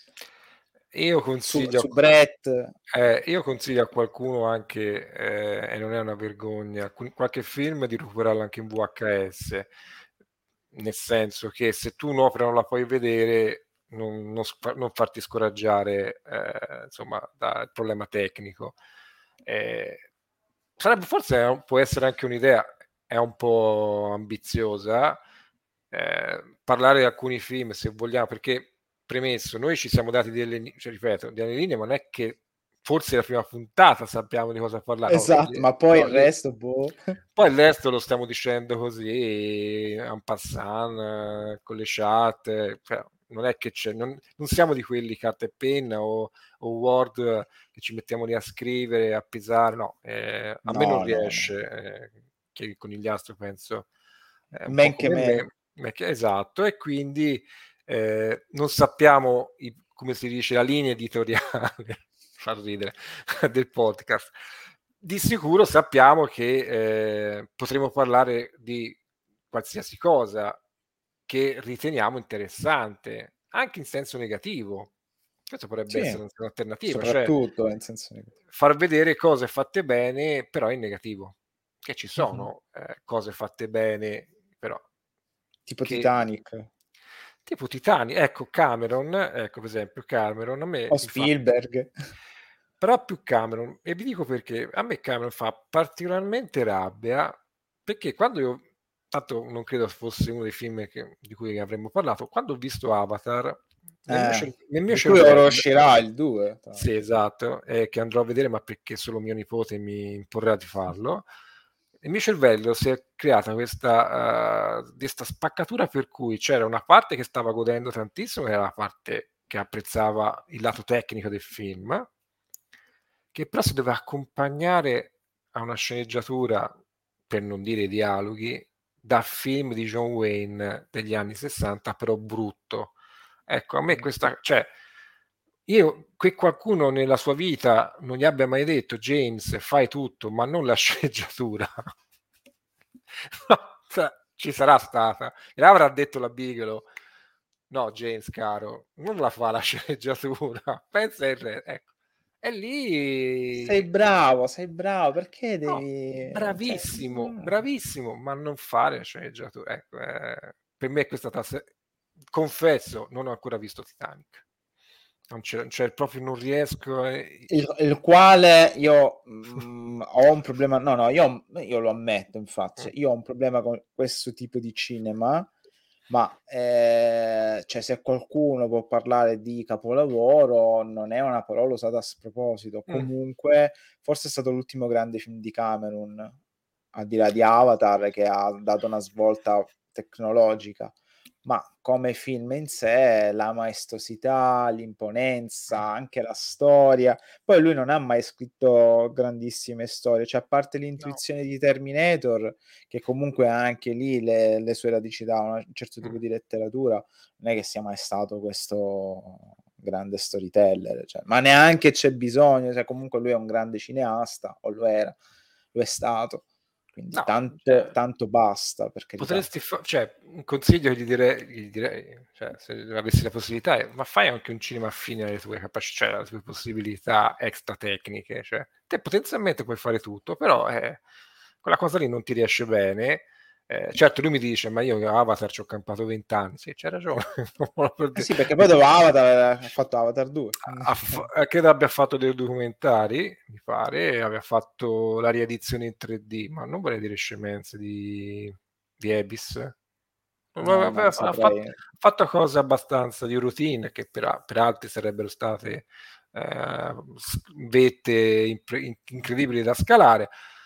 Io Su, consiglio, su Brett. eh, io consiglio a qualcuno anche, eh, e non è una vergogna, alcun- qualche film di recuperarlo anche in V H S, nel senso che se tu un'opera non la puoi vedere, non, non sc- non farti scoraggiare, eh, insomma, dal problema tecnico. Eh, sarebbe, forse è un- può essere anche un'idea, è un po' ambiziosa, eh, parlare di alcuni film, se vogliamo, perché premesso, noi ci siamo dati delle, cioè, ripeto, delle linee, ma non è che forse la prima puntata sappiamo di cosa parlare, no, Esatto, li- ma poi no, il li- resto, boh. poi il resto lo stiamo dicendo così, en passant, eh, con le chat, eh, cioè, non è che c'è, non, non siamo di quelli carta e penna o, o Word che ci mettiamo lì a scrivere, a pesare, no, eh, a me non No, no, no. riesce, eh, che il conigliastro penso è un po' Men che come me. me, me che- esatto, e quindi eh, non sappiamo, i- come si dice, la linea editoriale, fa ridere, del podcast. Di sicuro sappiamo che eh, potremo parlare di qualsiasi cosa che riteniamo interessante, anche in senso negativo. Questo potrebbe Sì, essere un'alternativa, cioè soprattutto in senso negativo. far vedere cose fatte bene, però in negativo. Che ci Mhm. sono eh, cose fatte bene, però Tipo che Titanic tipo Titani, ecco Cameron, ecco per esempio Cameron, a me o mi fa, Spielberg. però più Cameron, e vi dico perché a me Cameron fa particolarmente rabbia perché quando io, tanto non credo fosse uno dei film che, di cui avremmo parlato, quando ho visto Avatar, nel mio, Eh, cer- nel mio di cui ora cervello, uscirà il due. sì, esatto, eh, che andrò a vedere, ma perché solo mio nipote mi imporrà di farlo. Nel mio cervello si è creata questa, uh, questa spaccatura per cui c'era una parte che stava godendo tantissimo, che era la parte che apprezzava il lato tecnico del film, che però si doveva accompagnare a una sceneggiatura, per non dire dialoghi, da film di John Wayne degli anni sessanta, però brutto. Ecco, a me questa, cioè, io, che qualcuno nella sua vita non gli abbia mai detto James, fai tutto, ma non la sceneggiatura. Ci sarà stata. E avrà detto la Bigelow, no James caro, non la fa la sceneggiatura, pensa il re. Ecco. E Sei lì... bravo, sei bravo, perché No, devi... Cioè, bravissimo, mm. bravissimo, ma non fare la sceneggiatura. Ecco, eh, per me questa tasse... Confesso, non ho ancora visto Titanic. Non c'è, cioè, proprio non riesco. Eh... Il, il quale io mm, ho un problema, no, no, io, io lo ammetto, infatti, Mm. io ho un problema con questo tipo di cinema, ma eh, cioè, se qualcuno può parlare di capolavoro, non è una parola usata a sproposito. Mm. Comunque, forse è stato l'ultimo grande film di Cameron, al di là di Avatar, che ha dato una svolta tecnologica. Ma come film in sé, la maestosità, l'imponenza, anche la storia. Poi lui non ha mai scritto grandissime storie, cioè a parte No. l'intuizione di Terminator, che comunque ha anche lì le, le sue radici da un certo tipo Mm. di letteratura, non è che sia mai stato questo grande storyteller, cioè, ma neanche c'è bisogno, cioè, comunque lui è un grande cineasta, o lo era, lo è stato. Quindi No, tanto, cioè, tanto basta, per carità. potresti fare, cioè, un consiglio che gli direi, gli direi cioè, se avessi la possibilità, è, ma fai anche un cinema affine alle tue capacità, cioè alle tue possibilità extra tecniche, cioè, te potenzialmente puoi fare tutto, però eh, quella cosa lì non ti riesce bene. Eh, certo, lui mi dice, ma io Avatar ci ho campato vent'anni, sì, c'è ragione. Eh sì, perché poi dopo Avatar ha fatto Avatar due. Ha fa- credo abbia fatto dei documentari, mi pare, aveva fatto la riedizione in tre D, ma non vorrei dire scemenze di, di Abyss. No, Aveva- non aveva fatto, saprei. fatto cose abbastanza di routine che per, per altri sarebbero state eh, s- vette impre- in- incredibili da scalare.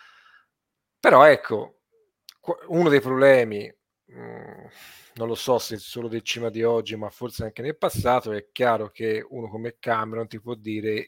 Però ecco, qu- uno dei problemi, mh, non lo so se solo del cinema di oggi, ma forse anche nel passato, è chiaro che uno come Cameron ti può dire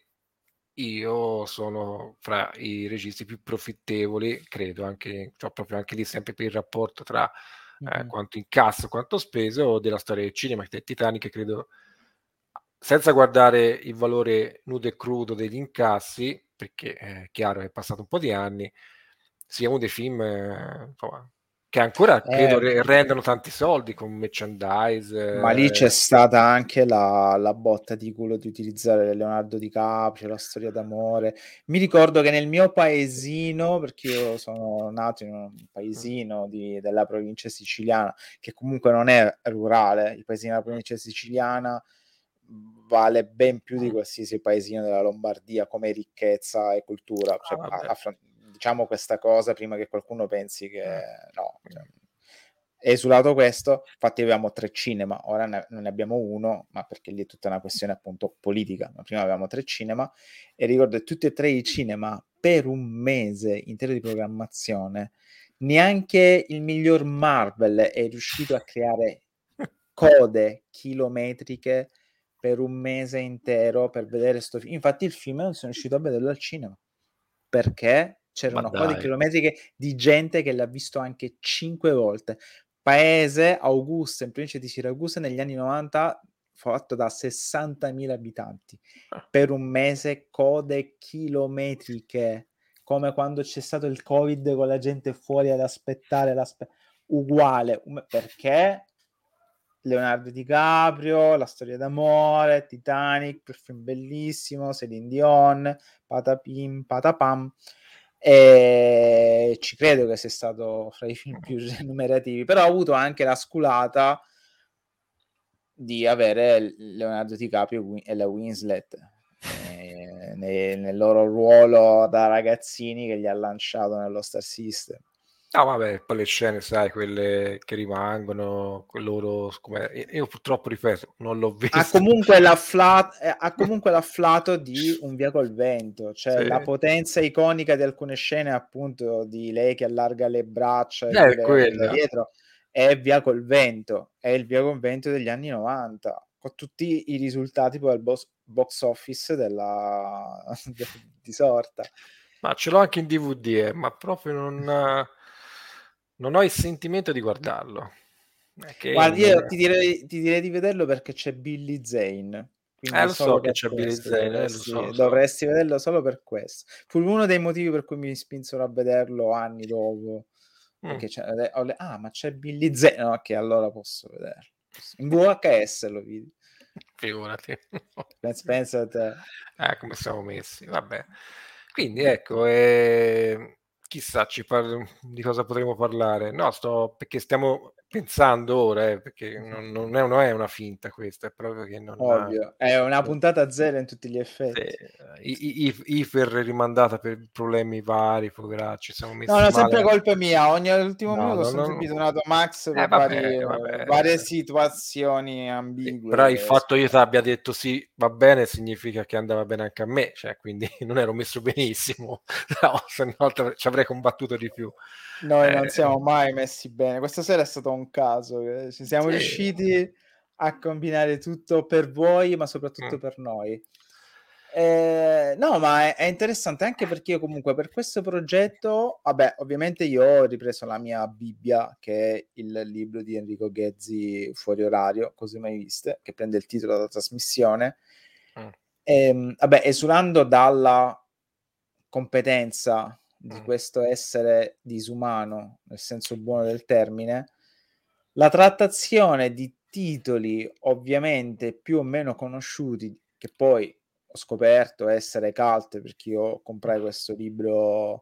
io sono fra i registi più profittevoli, credo, anche, cioè proprio anche lì sempre per il rapporto tra eh, Mhm. quanto incasso, quanto speso della storia del cinema. Che Titanic credo, senza guardare il valore nudo e crudo degli incassi, perché è chiaro che è passato un po' di anni, sia uno dei film eh, insomma, che ancora credo Eh, re- rendano tanti soldi con merchandise. ma lì c'è Eh, stata anche la, la botta di culo di utilizzare Leonardo DiCaprio, la storia d'amore. Mi ricordo che nel mio paesino, perché io sono nato in un paesino di- della provincia siciliana, che comunque non è rurale, il paesino della provincia siciliana vale ben più di qualsiasi paesino della Lombardia come ricchezza e cultura. ah, Cioè, a- vabbè. affron- diciamo questa cosa prima che qualcuno pensi che no. Cioè, esulato questo, infatti abbiamo tre cinema, ora ne, non ne abbiamo uno, ma perché lì è tutta una questione appunto politica, ma prima avevamo tre cinema e ricordo che tutti e tre i cinema per un mese intero di programmazione, neanche il miglior Marvel è riuscito a creare code chilometriche per un mese intero per vedere sto film. Infatti il film non sono riuscito a vederlo al cinema perché Ma c'erano code dai. chilometriche di gente che l'ha visto anche cinque volte. Paese Augusta, in provincia di Siracusa, negli anni novanta, fatto da sessantamila abitanti. Per un mese code chilometriche, come quando c'è stato il Covid con la gente fuori ad aspettare, l'aspe- uguale, perché Leonardo DiCaprio, la storia d'amore, Titanic, il film bellissimo, Celine Dion, patapim, patapam. E ci credo che sia stato fra i film più numerativi, però ha avuto anche la sculata di avere Leonardo DiCaprio e la Winslet eh, nel, nel loro ruolo da ragazzini che gli ha lanciato nello Star System. No, vabbè, poi le scene, sai, quelle che rimangono, quel loro, come... io io purtroppo, ripeto, non l'ho Ha visto. comunque, l'affla- eh, ha comunque l'afflato di Un via col vento, cioè la Sì. potenza iconica di alcune scene, appunto, di lei che allarga le braccia e Eh, è tira i ragni da quella. dietro, è Via col vento, è il Via col vento degli anni novanta, con tutti i risultati poi al box, box office della de- di sorta. Ma ce l'ho anche in D V D, eh, ma proprio non, non ho il sentimento di guardarlo. È che Guarda, non io è... ti direi, ti direi di vederlo perché c'è Billy Zane, Eh, quindi lo so solo che per c'è Billy questo Zane, eh, lo so, dovresti, lo so. dovresti vederlo solo per questo. Fu uno dei motivi per cui mi spinsero a vederlo anni dopo, Mm, perché c'è, ho le- ah, ma c'è Billy Zane, no, ok, allora posso vederlo. In V H S lo vidi, figurati. pensa, pensa a te. Eh, come siamo messi, vabbè. Quindi ecco, eh, chissà ci par- di cosa potremo parlare. No, sto perché stiamo pensando ora, eh, perché non, non è, non è una finta questa, è proprio che non... Ovvio, è una puntata zero in tutti gli Sì, effetti. I- I- Ifer è rimandata per problemi vari, poveracci, siamo No, messi no, sempre male. colpa mia. Ogni ultimo No, minuto ho no, sempre no. bisognato Max Eh, per vabbè, vari- varie vabbè. situazioni Sì, però il ambigue. fatto io ti abbia detto sì, va bene, significa che andava bene anche a me, cioè, quindi non ero messo benissimo, no, se no te- ci avrei combattuto di più. Noi non Eh, siamo mai messi bene. Questa sera è stato un caso. eh, Ci siamo sì. riusciti a combinare tutto per voi, ma soprattutto Mm, per noi. Eh, no, ma è, è interessante anche perché io comunque per questo progetto, vabbè, ovviamente io ho ripreso la mia Bibbia, che è il libro di Enrico Ghezzi, Fuori orario, cose mai viste, che prende il titolo della trasmissione. mm, Ehm, vabbè, esulando dalla competenza di mm. questo essere disumano, nel senso buono del termine, la trattazione di titoli ovviamente più o meno conosciuti, che poi ho scoperto essere cult perché io comprai questo libro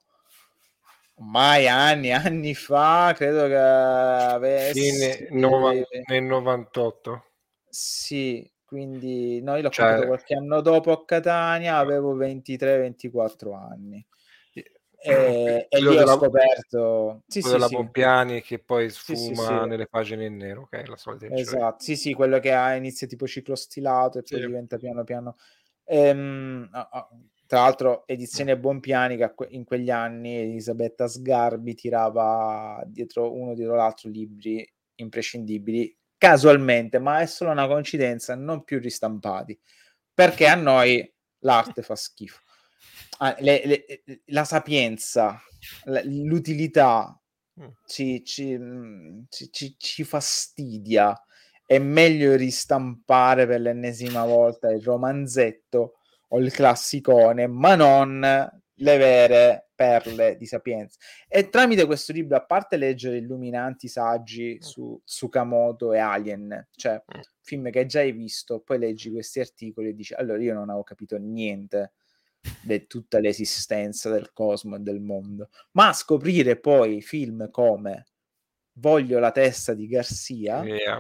ormai anni, anni fa, credo che avessi... Fine novan- nel novantotto, Sì, quindi no, io l'ho comprato cioè qualche anno dopo a Catania, avevo ventitré ventiquattro anni. E, e quello lì ho della, scoperto... Sì, quello sì, della sì, Bompiani che poi sì, sì, sì, sfuma nelle pagine in nero, ok, la solita incioria. esatto. Sì, sì, quello che ha inizia tipo ciclostilato e Sì. poi diventa piano piano... Ehm, ah, ah, tra l'altro, edizione Bompiani, che a que- in quegli anni Elisabetta Sgarbi tirava dietro uno dietro l'altro libri imprescindibili, casualmente, ma è solo una coincidenza, non più ristampati, perché a noi l'arte fa schifo. Ah, le- le- la sapienza, l- l'utilità Mm. ci, ci, mh, ci- ci- ci fastidia. È meglio ristampare per l'ennesima volta il romanzetto o il classicone, ma non le vere perle di sapienza. E tramite questo libro, a parte leggere illuminanti saggi su Tsukamoto e Alien, cioè Mm. film che già hai visto, poi leggi questi articoli e dici, allora io non avevo capito niente di tutta l'esistenza del cosmo e del mondo, ma scoprire poi film come Voglio la testa di Garcia, Yeah.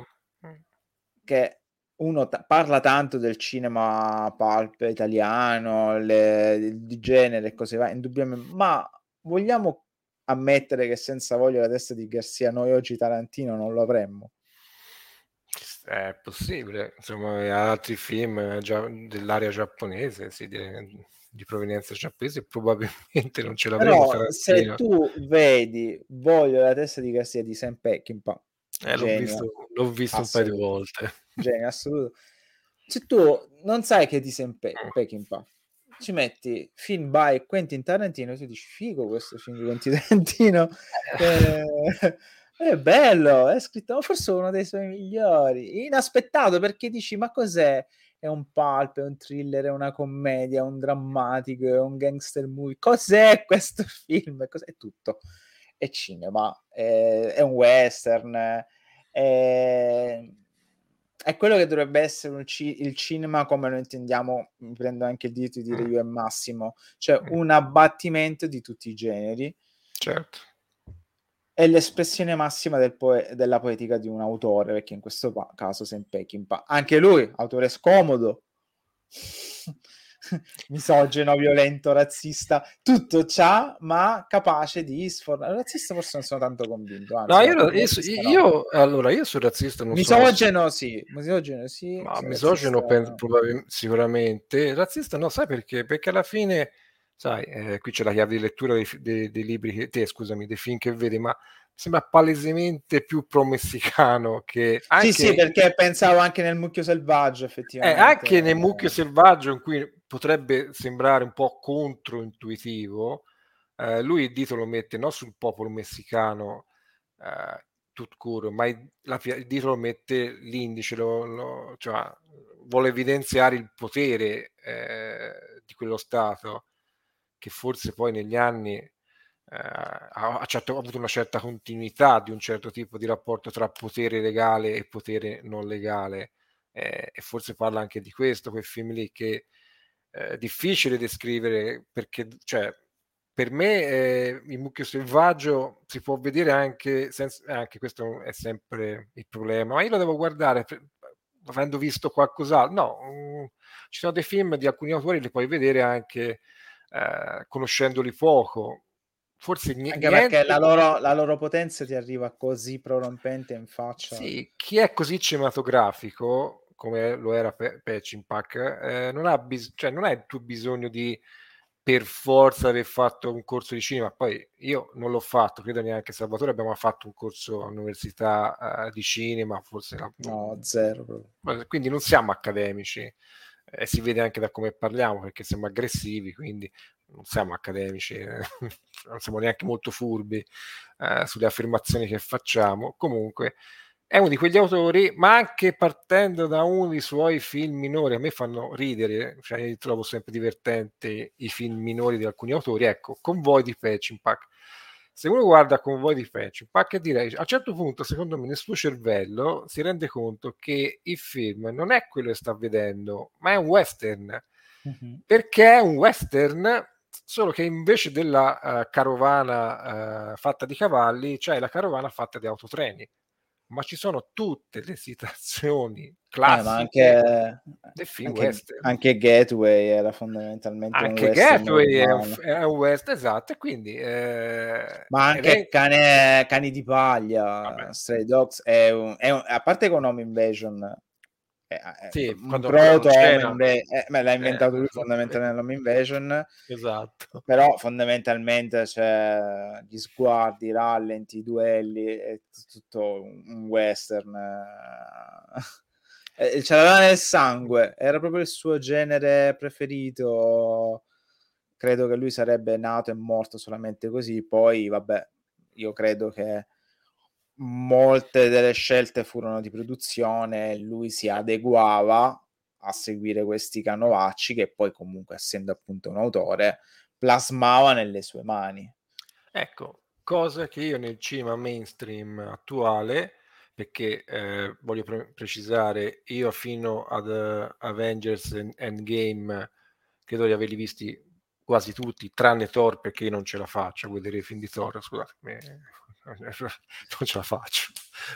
che uno t- parla tanto del cinema pulp italiano, le, di genere e cose varie, indubbiamente, ma vogliamo ammettere che senza Voglio la testa di Garcia noi oggi Tarantino non lo avremmo? È possibile, insomma, altri film eh, già dell'area giapponese, sì, di, di provenienza giapponese, probabilmente non ce l'avremo Però se Tarantino. tu vedi Voglio la testa di Garcia di Sam Peckinpah, Eh, l'ho genio visto, l'ho visto un paio di assoluto, volte. genio assoluto. Se tu non sai che di Sam Pe- Mm. Peckinpah, ci metti film by Quentin Tarantino e tu dici figo questo film di Quentin Tarantino, eh, è bello, è scritto forse uno dei suoi migliori, inaspettato perché dici ma cos'è? È un pulp, è un thriller, è una commedia, è un drammatico, è un gangster movie, cos'è questo film? Cos'è tutto? È cinema, è, è un western, è, è quello che dovrebbe essere un ci- il cinema come lo intendiamo, mi prendo anche il diritto di dire Mm. io e Massimo, cioè Mm. un abbattimento di tutti i generi. Certo. È l'espressione massima del poe- della poetica di un autore, perché in questo pa- caso Sam Peckinpah, anche lui, autore scomodo, misogino, violento, razzista, tutto c'ha, ma capace di sfornare. Razzista forse non sono tanto convinto, No, anzi, io, no, proprio io, razzista no. io- allora, io sul razzista non sono Misogeno sì, misogeno sì, ma se misogino razzista pen- probabile- sicuramente, razzista no, sai perché? Perché alla fine, sai, eh, qui c'è la chiave di lettura dei, fi- dei- dei libri, che, te, scusami, dei film che vedi, ma sembra palesemente più pro-messicano che sì, sì, anche, perché pensavo anche nel mucchio selvaggio, eh, effettivamente. anche nel mucchio selvaggio, in cui potrebbe sembrare un po' controintuitivo, eh, lui il dito lo mette non sul popolo messicano, eh, tout court, ma il, la, il dito lo mette l'indice, lo, lo- cioè, vuole evidenziare il potere eh, di quello Stato, che forse poi negli anni eh, ha, ha certo- ha avuto una certa continuità di un certo tipo di rapporto tra potere legale e potere non legale. Eh, e forse parla anche di questo, quel film lì che eh, è difficile descrivere perché, cioè, per me eh, il mucchio selvaggio si può vedere anche, senza, eh, anche questo è sempre il problema, ma io lo devo guardare per, avendo visto qualcos'altro. No, um, ci sono dei film di alcuni autori li puoi vedere anche eh, conoscendoli poco, forse ni- Anche perché niente. la loro, la loro potenza ti arriva così prorompente in faccia. Sì, chi è così cinematografico come lo era Pe- Peckinpah, eh, non ha bis- cioè non hai tu bisogno di per forza aver fatto un corso di cinema. Poi io non l'ho fatto, credo neanche Salvatore abbiamo fatto un corso all'università eh, di cinema, forse la- No, zero proprio. quindi non siamo accademici, e eh, si vede anche da come parliamo perché siamo aggressivi, quindi non siamo accademici, eh, non siamo neanche molto furbi eh, sulle affermazioni che facciamo. Comunque è uno di quegli autori, ma anche partendo da uno dei suoi film minori, a me fanno ridere, cioè io trovo sempre divertente i film minori di alcuni autori. Ecco, Convoy di Peckinpah. Se uno guarda Convoy di Peckinpah, direi a un certo punto, secondo me, nel suo cervello si rende conto che il film non è quello che sta vedendo, ma è un western. Mhm. Perché è un western, solo che invece della uh, carovana uh, fatta di cavalli, c'è la carovana fatta di autotreni, ma ci sono tutte le situazioni Eh, ma classiche anche, del film anche, western. anche Gateway era fondamentalmente un Anche western Gateway è un, urbano. è un western, esatto, e quindi eh, Ma ed è, anche cane, Cani di vabbè, paglia, Stray Dogs, è un, è un- a parte con Home Invasion, è, è sì, un quando ancora non proto Home c'era, Invasion, me l'ha eh, inventato lui fondamentalmente Home Invasion, esatto. però fondamentalmente c'è gli sguardi, i rallenti, i duelli, è t- tutto un un western. eh. Ce l'aveva nel sangue, era proprio il suo genere preferito. Credo che lui sarebbe nato e morto solamente così. Poi, vabbè, io credo che molte delle scelte furono di produzione e lui si adeguava a seguire questi canovacci che poi comunque, essendo appunto un autore, plasmava nelle sue mani. Ecco, cosa che io nel cinema mainstream attuale, perché eh, voglio pre- precisare, io fino ad uh, Avengers Endgame credo di averli visti quasi tutti, tranne Thor, perché io non ce la faccio a vedere i film di Thor, scusatemi, non ce la faccio.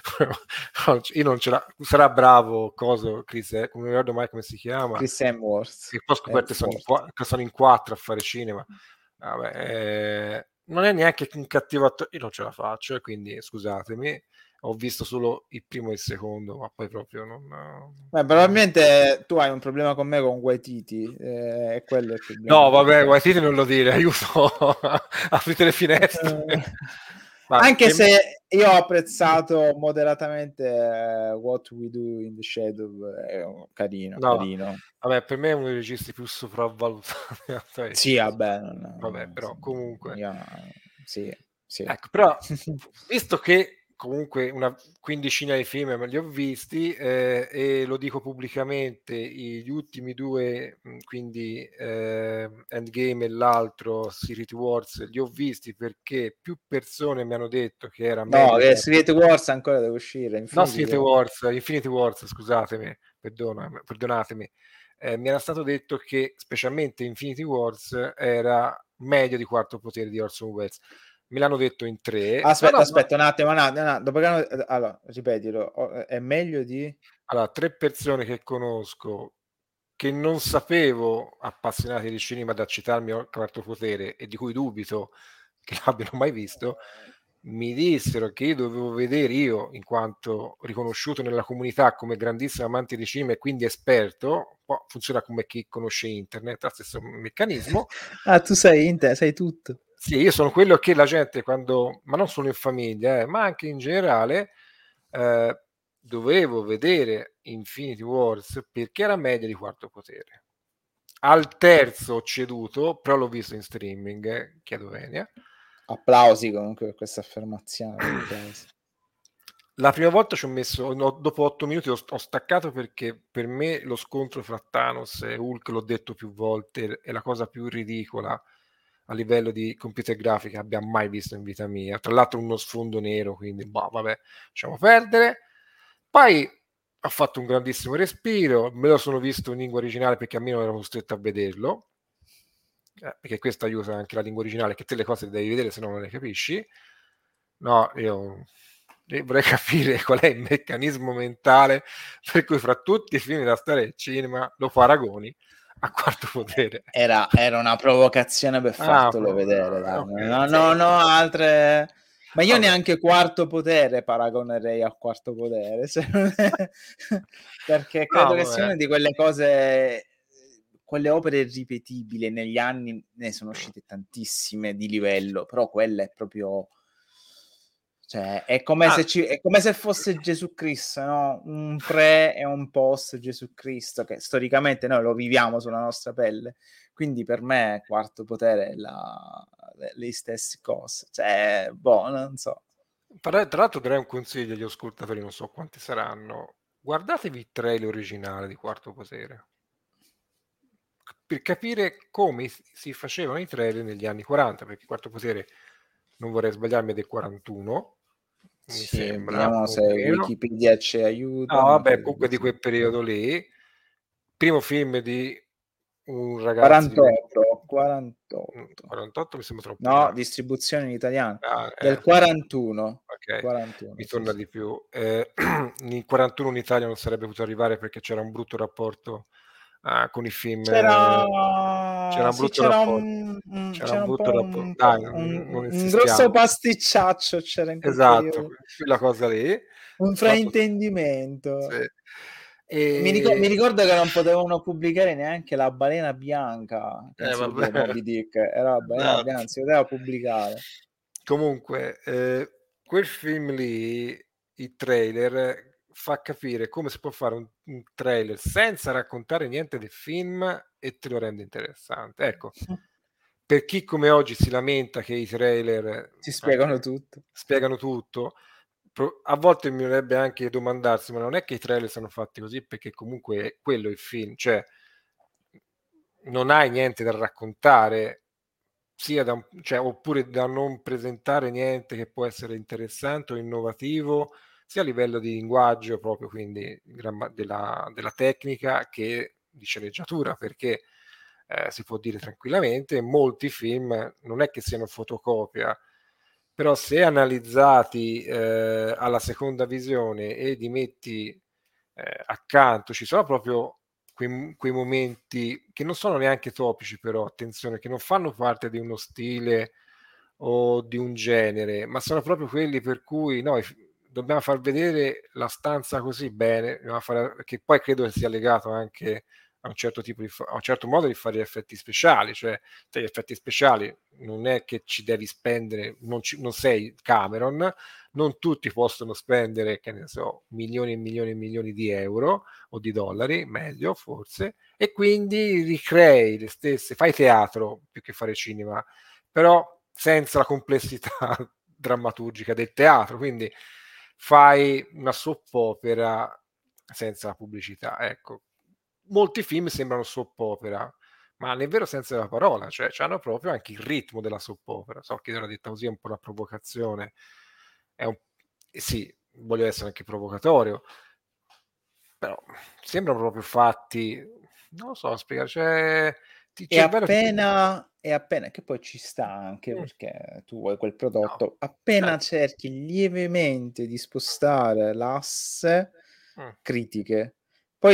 Io non ce la... Sarà bravo, coso, Chris, eh, non mi ricordo mai come si chiama, Chris Hemsworth, e poi ho scoperto che sono in, Hemsworth. qua- che sono in quattro a fare cinema. Vabbè, eh, non è neanche un cattivo attore, io non ce la faccio, e quindi scusatemi, ho visto solo il primo e il secondo, ma poi proprio non... Beh, non... probabilmente tu hai un problema con me con Waititi, eh, è quello il No, problema. vabbè, Waititi non lo dire, aiuto, aprite le finestre. Ma Anche per... se io ho apprezzato moderatamente uh, What We Do in the Shadow, è carino, No, carino. vabbè, per me è uno dei registi più sopravvalutati. Sì, vabbè, non, Vabbè, però comunque... io, sì, sì. Ecco, però, visto che comunque una quindicina di film me li ho visti eh, e lo dico pubblicamente, gli ultimi due, quindi eh, Endgame e l'altro Secret Wars, li ho visti perché più persone mi hanno detto che era No, meglio che della... Secret Wars ancora deve uscire, No, Infinity Infinity War. Wars, Infinity Wars, scusatemi, perdona, perdonatemi. Eh, mi era stato detto che specialmente Infinity Wars era meglio di Quarto Potere di Orson Welles. Me l'hanno detto in tre. No, Aspetta, no, ma... aspetta un attimo, un attimo, un attimo, dopo che... allora, ripetilo, è meglio di... Allora, tre persone che conosco che non sapevo appassionati di cinema da citarmi a Quarto Potere e di cui dubito che l'abbiano mai visto, mi dissero che io dovevo vedere, io in quanto riconosciuto nella comunità come grandissimo amante di cinema e quindi esperto, poi funziona come chi conosce internet, lo stesso meccanismo. Ah, tu sai internet, sai tutto. Sì, io sono quello che la gente quando, ma non solo in famiglia, eh, ma anche in generale, eh, dovevo vedere Infinity Wars perché era meglio di Quarto Potere. Al terzo ho ceduto, però l'ho visto in streaming, eh, chiedo venia. Applausi comunque per questa affermazione. Applausi. La prima volta ci ho messo, no, dopo otto minuti ho, ho staccato perché per me lo scontro fra Thanos e Hulk, l'ho detto più volte, è la cosa più ridicola a livello di computer grafica che abbia mai visto in vita mia. Tra l'altro uno sfondo nero, quindi boh, vabbè, lasciamo perdere. Poi ho fatto un grandissimo respiro, me lo sono visto in lingua originale perché a me non ero costretto a vederlo, eh, perché questo aiuta anche la lingua originale, che te le cose le devi vedere, se no non le capisci. No, io vorrei capire qual è il meccanismo mentale per cui fra tutti i film da storia del cinema lo paragoni a Quarto Potere. Era, era una provocazione per Ah, fartelo vedere, dai. okay, No, sì. no, no, altre... Ma io Vabbè. neanche Quarto Potere paragonerei a Quarto Potere, cioè, perché credo No, che sia vabbè. una di quelle cose, quelle opere ripetibili. Negli anni ne sono uscite tantissime di livello, però quella è proprio... Cioè, è come Ah. se ci, è come se fosse Gesù Cristo, no? Un pre e un post Gesù Cristo, che storicamente noi lo viviamo sulla nostra pelle. Quindi per me Quarto Potere è la, le, le stesse cose. Cioè, boh, non so. Tra, tra l'altro darei un consiglio agli ascoltatori, non so quanti saranno. Guardatevi il trailer originale di Quarto Potere per capire come si facevano i trailer negli anni quaranta, perché Quarto Potere, non vorrei sbagliarmi, è del quarantuno, mi Sì, sembra, vediamo o se meno. Wikipedia ci No, aiuta, ma vabbè, credo di comunque di sì. quel periodo lì. Primo film di un ragazzo di quarantotto, quarantotto. quarantotto mi sembra troppo in No, là. distribuzione in italiano. Ah, Del eh. quarantuno. Ok, quarantuno, mi sì, torna sì. di più. Eh, nel quarantuno in Italia non sarebbe potuto arrivare perché c'era un brutto rapporto uh, con i film. Eh, c'era C'era un sì, brutto c'era rapporto. un, un C'era un c'era un po' brutto rapporto. un, Dai, un, non, non un grosso insistiamo. pasticciaccio c'era in quel Esatto, periodo. quella cosa lì. Un Tra l'altro, fraintendimento. sì. Mi, ricor- mi E... ricordo che non potevano pubblicare neanche la balena bianca, che non Eh, si vabbè. vedeva Moby Dick, era la balena bianca, non Esatto. si poteva pubblicare. Comunque, eh, quel film lì, il trailer, fa capire come si può fare un, un trailer senza raccontare niente del film e te lo rende interessante. Ecco, per chi come oggi si lamenta che i trailer Si spiegano anche tutto. spiegano tutto, pro- a volte mi verrebbe anche domandarsi, ma non è che i trailer sono fatti così perché comunque è quello il film, cioè non hai niente da raccontare, sia da, cioè, oppure da non presentare niente che può essere interessante o innovativo, sia a livello di linguaggio proprio, quindi della, della tecnica che di sceneggiatura, perché eh, si può dire tranquillamente, molti film non è che siano fotocopia, però se analizzati eh, alla seconda visione e li metti eh, accanto, ci sono proprio quei, quei momenti che non sono neanche topici, però attenzione, che non fanno parte di uno stile o di un genere, ma sono proprio quelli per cui noi dobbiamo far vedere la stanza così bene, fare, che poi credo sia legato anche a un certo tipo di a un certo modo di fare gli effetti speciali, cioè gli effetti speciali non è che ci devi spendere, non, ci, non sei Cameron, non tutti possono spendere, che ne so, milioni e milioni e milioni di euro o di dollari, meglio forse, e quindi ricrei le stesse, fai teatro più che fare cinema, però senza la complessità drammaturgica del teatro, quindi fai una soap opera senza la pubblicità, ecco. Molti film sembrano soap opera, ma nel vero senso della parola, cioè hanno proprio anche il ritmo della soap opera. So che era detta così, è un po' una provocazione, è un... sì, voglio essere anche provocatorio, però sembrano proprio fatti, non lo so spiegare, cioè il E cervello ti... appena, e appena, che poi ci sta anche Mm, perché tu vuoi quel no, prodotto, appena certo. cerchi lievemente di spostare l'asse, Mm. critiche. Poi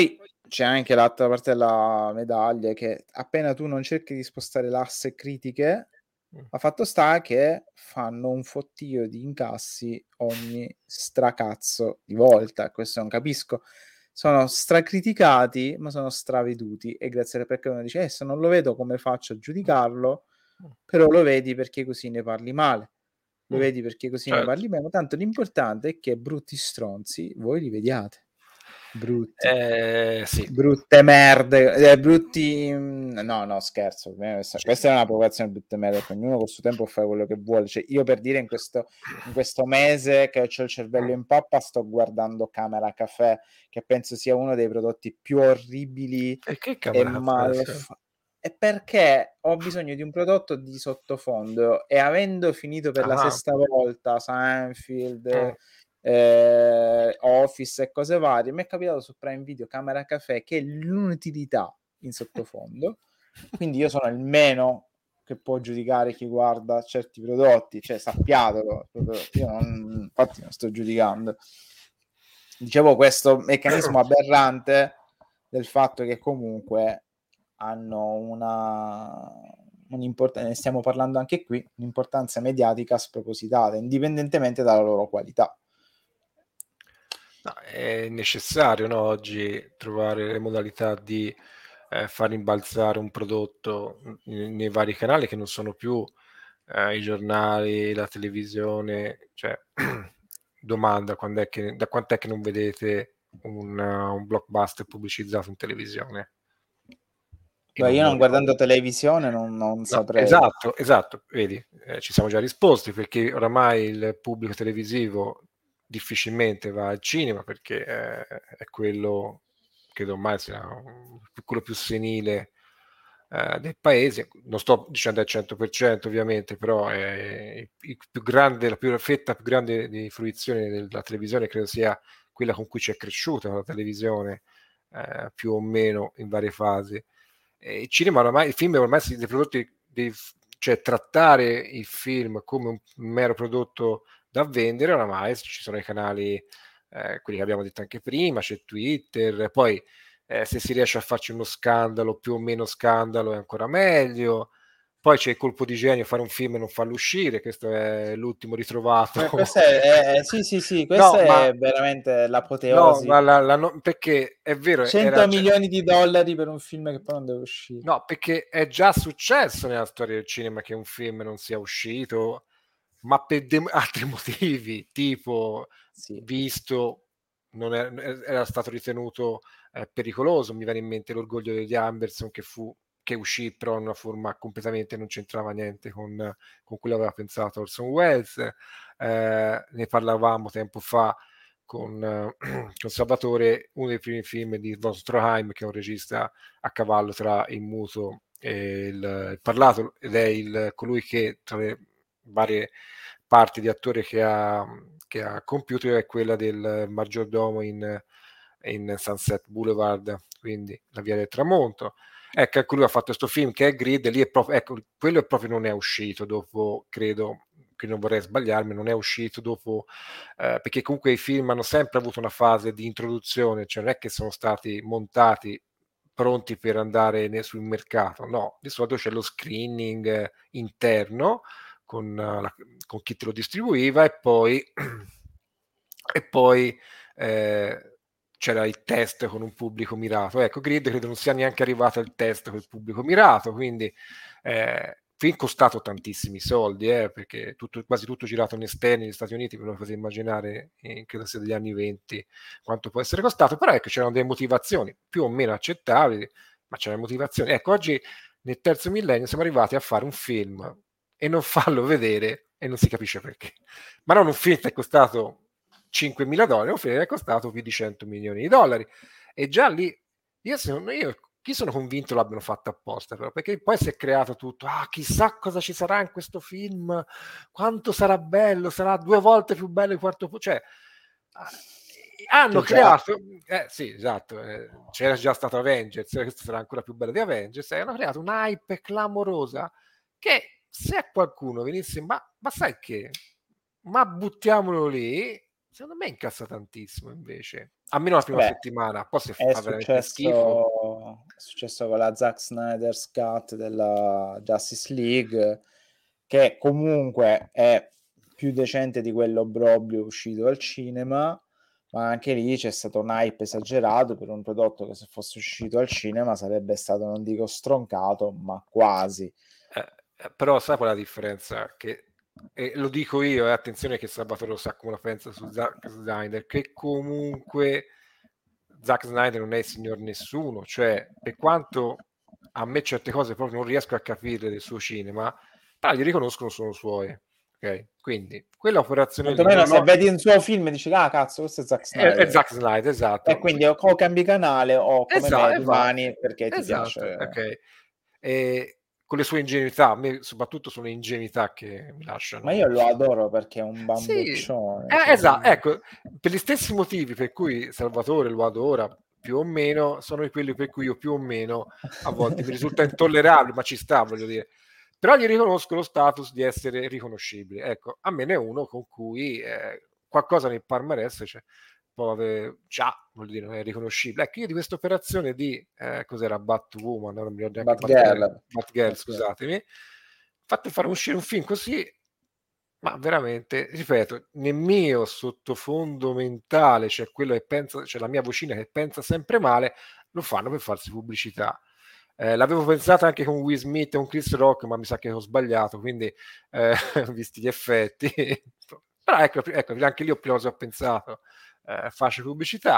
c'è anche l'altra parte della medaglia, che appena tu non cerchi di spostare l'asse critiche, Mm. ma fatto sta che fanno un fottio di incassi ogni stracazzo di volta. Questo non capisco. Sono stracriticati, ma sono straveduti. E grazie a perché uno dice: eh, se non lo vedo, come faccio a giudicarlo? Però lo vedi perché così ne parli male. Lo Mm. vedi perché così ne Certo. parli meno. Tanto l'importante è che brutti stronzi voi li vediate. Brutti. Eh, sì. Brutte merde, eh, brutti... No, no, scherzo. Questa, questa è una provocazione brutte merde, perché ognuno col suo tempo può fare quello che vuole. Cioè, io per dire in questo, in questo mese che ho il cervello in pappa sto guardando Camera Café, che penso sia uno dei prodotti più orribili E che e camera mal caffè? fa- E perché ho bisogno di un prodotto di sottofondo e avendo finito per la Ah, sesta volta Seinfeld, mm. eh, Office e cose varie, mi è capitato su Prime Video Camera Café, che è l'inutilità in sottofondo, quindi io sono il meno che può giudicare chi guarda certi prodotti, cioè sappiatelo, io non, infatti non sto giudicando. Dicevo, questo meccanismo aberrante del fatto che comunque hanno una un'importanza, ne stiamo parlando anche qui, un'importanza mediatica spropositata, indipendentemente dalla loro qualità. No, è necessario, no, oggi trovare le modalità di eh, far rimbalzare un prodotto nei, nei vari canali che non sono più eh, i giornali, la televisione. Cioè, domanda, quando è che, da quant'è che non vedete un, uh, un blockbuster pubblicizzato in televisione? In Beh, un io non modo. guardando televisione non, non No, saprei. esatto, esatto, vedi, eh, ci siamo già risposti, perché oramai il pubblico televisivo difficilmente va al cinema, perché eh, è quello, credo ormai sia un- quello più senile eh, del paese. Non sto dicendo al cento per cento ovviamente, però è il il più grande, la più, la fetta più grande di fruizione della televisione credo sia quella con cui ci è cresciuta la televisione, eh, più o meno in varie fasi. Eh, il cinema ormai, il film ormai si dei prodotti, dei, cioè trattare il film come un mero prodotto da vendere, oramai ci sono i canali, eh, quelli che abbiamo detto anche prima, c'è Twitter, poi eh, se si riesce a farci uno scandalo, più o meno scandalo, è ancora meglio. Poi c'è il colpo di genio, fare un film e non farlo uscire, questo è l'ultimo ritrovato. Eh, questa è, è- sì, sì, sì, No, questa ma è veramente no, l'apoteosi. ma la, la no- perché è vero, era cento già, milioni di dollari per un film che poi non deve uscire. no, perché è già successo nella storia del cinema che un film non sia uscito, ma per de- altri motivi, tipo Sì. visto non era, era stato ritenuto eh, pericoloso. Mi viene in mente L'orgoglio degli Anderson, che fu che uscì però in una forma completamente non c'entrava niente con, con quello che aveva pensato Orson Welles. Eh, ne parlavamo tempo fa con, eh, con Salvatore, uno dei primi film di Von Stroheim, che è un regista a cavallo tra il muto e il, il parlato, ed è il, colui che tra le varie parti di attore che ha, che ha compiuto è quella del maggiordomo in, in Sunset Boulevard, quindi La via del tramonto. Ecco, ecco, lui ha fatto questo film che è Grid, e lì è proprio, ecco, quello è proprio non è uscito dopo, credo, che non vorrei sbagliarmi, non è uscito dopo, eh, perché comunque i film hanno sempre avuto una fase di introduzione, cioè non è che sono stati montati pronti per andare nel, sul mercato, no, di solito c'è lo screening eh, interno con, uh, la, con chi te lo distribuiva, e poi, e poi eh, c'era il test con un pubblico mirato. Ecco, Grid credo non sia neanche arrivato al test con il pubblico mirato, quindi eh, film costato tantissimi soldi, eh, perché tutto, quasi tutto girato in esterni negli Stati Uniti, ve lo potete immaginare, eh, credo sia degli anni venti, quanto può essere costato. Però ecco, c'erano delle motivazioni più o meno accettabili, ma c'erano motivazioni. Ecco, oggi nel terzo millennio siamo arrivati a fare un film e non farlo vedere, e non si capisce perché. Ma non un film che è costato cinquemila dollari, un film che è costato più di cento milioni di dollari. E già lì, io, secondo io chi sono convinto l'abbiano fatto apposta, però, perché poi si è creato tutto, ah, chissà cosa ci sarà in questo film, quanto sarà bello, sarà due volte più bello il quarto, cioè hanno Che già... creato, eh sì, esatto, eh, c'era già stato Avengers, questo sarà ancora più bello di Avengers, e hanno creato una hype clamorosa che se a qualcuno venisse, ma, ma sai che, ma buttiamolo lì, secondo me incassa tantissimo invece, almeno la prima Beh, settimana, poi se è fa veramente schifo. successo, è successo con la Zack Snyder's Cut della Justice League, che comunque è più decente di quell'obbrobrio uscito al cinema, ma anche lì c'è stato un hype esagerato per un prodotto che se fosse uscito al cinema sarebbe stato, non dico stroncato, ma quasi. Eh, eh, però sai qual è la differenza? Che, e lo dico io, e attenzione che Salvatore lo sa come la pensa su Zack Snyder, che comunque Zack Snyder non è il signor nessuno, cioè per quanto a me certe cose proprio non riesco a capire del suo cinema, però gli riconoscono sono suoi, ok? Quindi quella operazione lì Quantomeno non se l'ho... vedi un suo film dici, ah cazzo, questo è Zack È, è Snyder. Zack Snyder, E esatto. quindi o, o cambi canale o come me Esatto, va. rimani perché ti Esatto, piace. ok. E con le sue ingenuità, a me soprattutto sono le ingenuità che mi Ma io lasciano. lo adoro perché è un Sì, bamboccione. eh, Cioè... esatto, ecco, per gli stessi motivi per cui Salvatore lo adora più o meno, sono quelli per cui io più o meno a volte mi risulta intollerabile, ma ci sta, voglio dire. Però gli riconosco lo status di essere riconoscibile. Ecco, a me ne è uno con cui eh, qualcosa nel palmarès cioè, può avere, già, voglio dire, è riconoscibile. Ecco, io di questa operazione di, eh, cos'era, Batwoman, non mi ricordo neanche, Batgirl. Batgirl, Batgirl. scusatemi, fate fare uscire un film così, ma veramente, ripeto, nel mio sottofondo mentale c'è quello che pensa, c'è la mia vocina che pensa sempre male, lo fanno per farsi pubblicità. Eh, l'avevo pensata anche con Will Smith e con Chris Rock, ma mi sa che ho sbagliato, quindi eh, visti gli effetti. Però ecco, ecco, anche lì ho, ho pensato, eh, faccio pubblicità.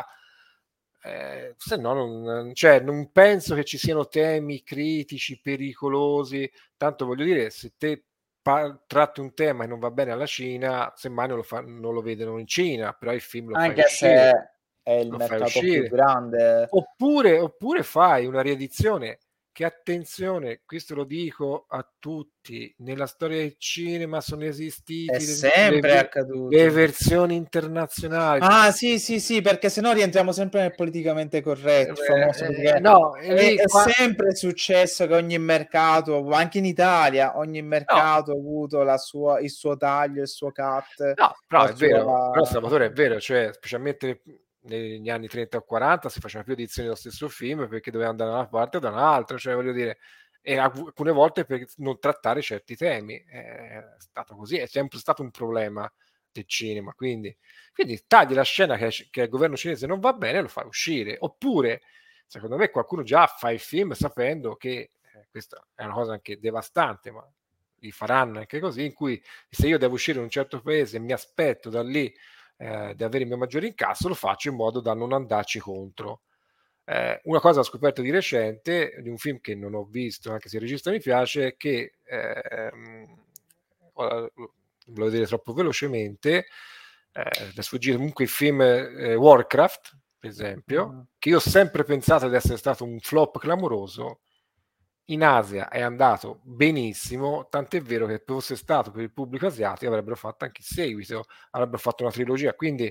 Eh, se no, non, cioè, non penso che ci siano temi critici, pericolosi. Tanto voglio dire, se te pa- tratti un tema e non va bene alla Cina, semmai non lo, fa, non lo vedono in Cina, però il film lo fai Anche uscire. se è il Lo fai mercato più uscire. grande. Oppure, oppure fai una riedizione che, attenzione, questo lo dico a tutti, nella storia del cinema sono È esistiti le, sempre le, le accaduto. versioni internazionali. Ah, sì, sì, sì, perché sennò rientriamo sempre nel politicamente corretto, il famoso Eh, eh, perché no, e è, lì è qua, sempre successo che ogni mercato, anche in Italia, ogni no, mercato ha avuto la sua, il suo taglio, il suo cut, no, però la è vero, però sua... Salvatore è vero, cioè specialmente negli anni trenta o quaranta si facevano più edizioni dello stesso film perché doveva andare da una parte o da un'altra, cioè voglio dire, e alcune volte per non trattare certi temi, è stato così, è sempre stato un problema del cinema, quindi, quindi tagli la scena che, che il governo cinese non va bene e lo fai uscire, oppure secondo me qualcuno già fa il film sapendo che eh, questa è una cosa anche devastante, ma li faranno anche così, in cui se io devo uscire in un certo paese e mi aspetto da lì eh, di avere il mio maggiore incasso, lo faccio in modo da non andarci contro. Eh, una cosa ho scoperto di recente, di un film che non ho visto, anche se il regista mi piace, che ehm, lo volevo vedere troppo velocemente, eh, da sfuggire comunque il film eh, Warcraft, per esempio, Mm. che io ho sempre pensato di essere stato un flop clamoroso, in Asia è andato benissimo, tant'è vero che se fosse stato per il pubblico asiatico avrebbero fatto anche il seguito, avrebbero fatto una trilogia, quindi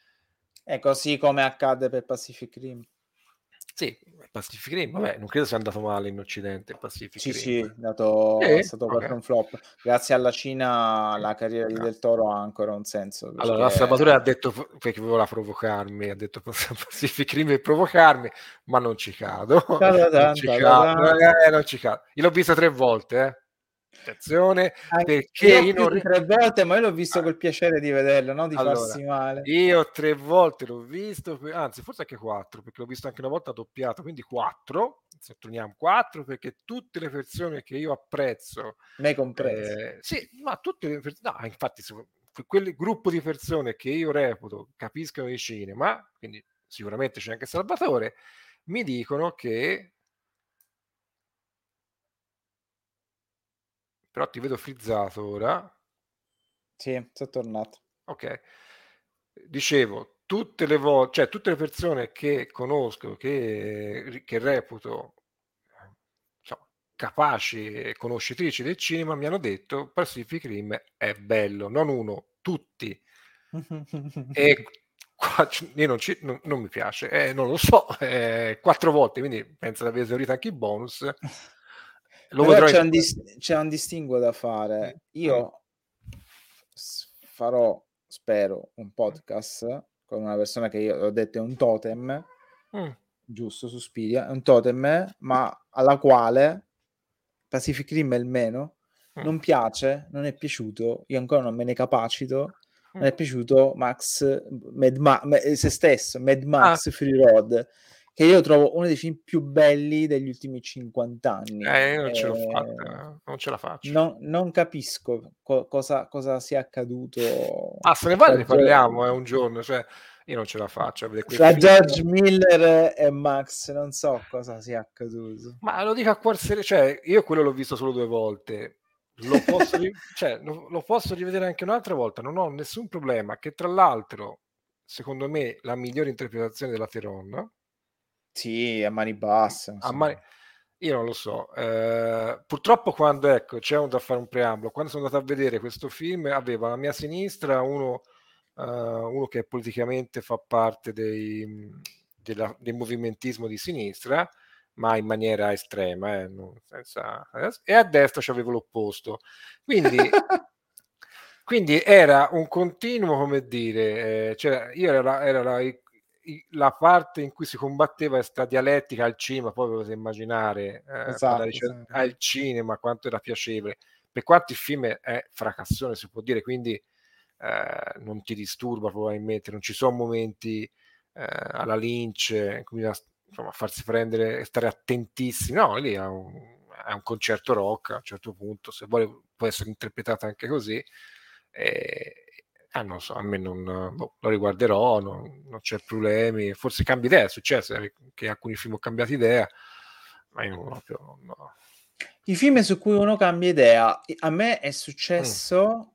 È così come accade per Pacific Rim. sì, Pacific Rim, vabbè, non credo sia andato male in Occidente Pacific Sì, Rim. sì, dato, è Sì, stato ok. proprio un flop. Grazie alla Cina la carriera di No. Del Toro ha ancora un senso, Allora, perché... Salvatore ha detto perché voleva provocarmi, ha detto Pacific Rim per provocarmi, ma non ci cado, non Ta-da-dan, ci cado, ta-da-dan. eh, non ci cado. Io l'ho visto tre volte, eh. Attenzione, Anche perché io io più non... di ri- tre volte, ma io l'ho visto Ah, col piacere di vederlo, non di allora, farsi male. io tre volte l'ho visto, anzi forse anche quattro, perché l'ho visto anche una volta doppiato, quindi quattro, sottolineiamo quattro, perché tutte le persone che io apprezzo, Me compreso. eh, sì, ma tutte le persone, no, infatti quel gruppo di persone che io reputo capiscono di cinema, quindi sicuramente c'è anche Salvatore, mi dicono che, però ti vedo frizzato ora, Sì, sono tornato. ok, dicevo, tutte le volte, cioè tutte le persone che conosco, che, che reputo insomma, capaci e conoscitrici del cinema, mi hanno detto Pacific Rim è bello, non uno, tutti. E qua, io non, ci, non, non mi piace, eh, non lo so, eh, quattro volte, quindi penso di aver esaurito anche i bonus. Lo Però vedrò in... c'è un, dis- c'è un distinguo da fare. Mm. Io s- farò spero, un podcast con una persona che io ho detto è un totem, mm. giusto, Suspiria, è un totem, ma alla quale Pacific Rim è il meno, Mm. non piace, non è piaciuto, io ancora non me ne capacito, Mm. non è piaciuto Max, Mad Ma- se stesso, Mad Max Ah. Fury Road, che io trovo uno dei film più belli degli ultimi cinquanta anni. Eh, io non ce l'ho Eh, fatta, non ce la faccio. no, non capisco co- cosa, cosa sia accaduto Ah, se ne vale, ne tra, Gio- parliamo eh, un giorno, cioè io non ce la faccio a vedere quel tra film. George Miller e Max, non so cosa sia accaduto. Ma lo dico a cuor serio, cioè io quello l'ho visto solo due volte, lo posso, ri- cioè, lo, lo posso rivedere anche un'altra volta, non ho nessun problema, che tra l'altro, secondo me, la migliore interpretazione della Theron, Sì, a mani basse, a insomma. mani- io non lo so, eh, purtroppo quando, ecco, c'è un da fare un preambolo, quando sono andato a vedere questo film aveva alla mia sinistra uno, eh, uno che politicamente fa parte dei, della- del movimentismo di sinistra, ma in maniera estrema, eh, non- senza- e a destra c'avevo l'opposto. Quindi, quindi era un continuo, come dire, eh, cioè io era, era la, i- la parte in cui si combatteva questa dialettica al cinema, poi potete immaginare eh, per la Esatto, sì. ricerca al cinema quanto era piacevole, per quanto il film è fracassone, si può dire, quindi eh, non ti disturba probabilmente, non ci sono momenti eh, alla Lynch in cui bisogna, insomma, farsi prendere e stare attentissimi, no, lì è un, è un concerto rock a un certo punto, se vuole può essere interpretata anche così. E, ah, non so, a me non boh, lo riguarderò, non, non c'è problemi, forse cambia idea, è successo eh, che alcuni film ho cambiato idea, ma io non proprio no. I film su cui uno cambia idea, a me è Mm. successo,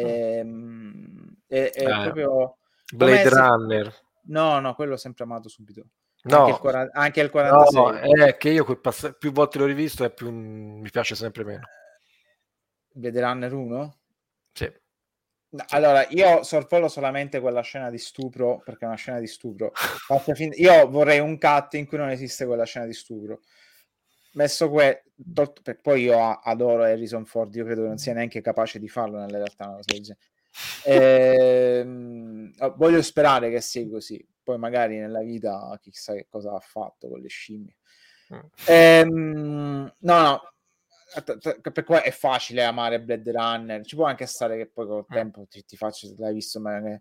ehm, è, è Eh, proprio come Blade se... Runner. No, no, quello ho sempre amato subito. Anche il, No, quaranta, anche il no, quarantasei. è che io quel pass- più volte l'ho rivisto e più mm, mi piace sempre meno. Blade Runner uno? Sì, No, sì. allora, io sorvolo solamente quella scena di stupro, perché è una scena di stupro. Fatta fin- Io vorrei un cut in cui non esiste quella scena di stupro. Messo que... tolto- per- Poi io a- adoro Harrison Ford, io credo che non sia neanche capace di farlo nella realtà, una cosa del genere. Ehm, oh, voglio sperare che sia così. Poi magari nella vita chissà che cosa ha fatto con le scimmie. Mm. Ehm, no, no, t- t- per qua è facile amare Blade Runner. Ci può anche stare che poi col Mm. tempo ti, ti faccio, l'hai visto, ma che...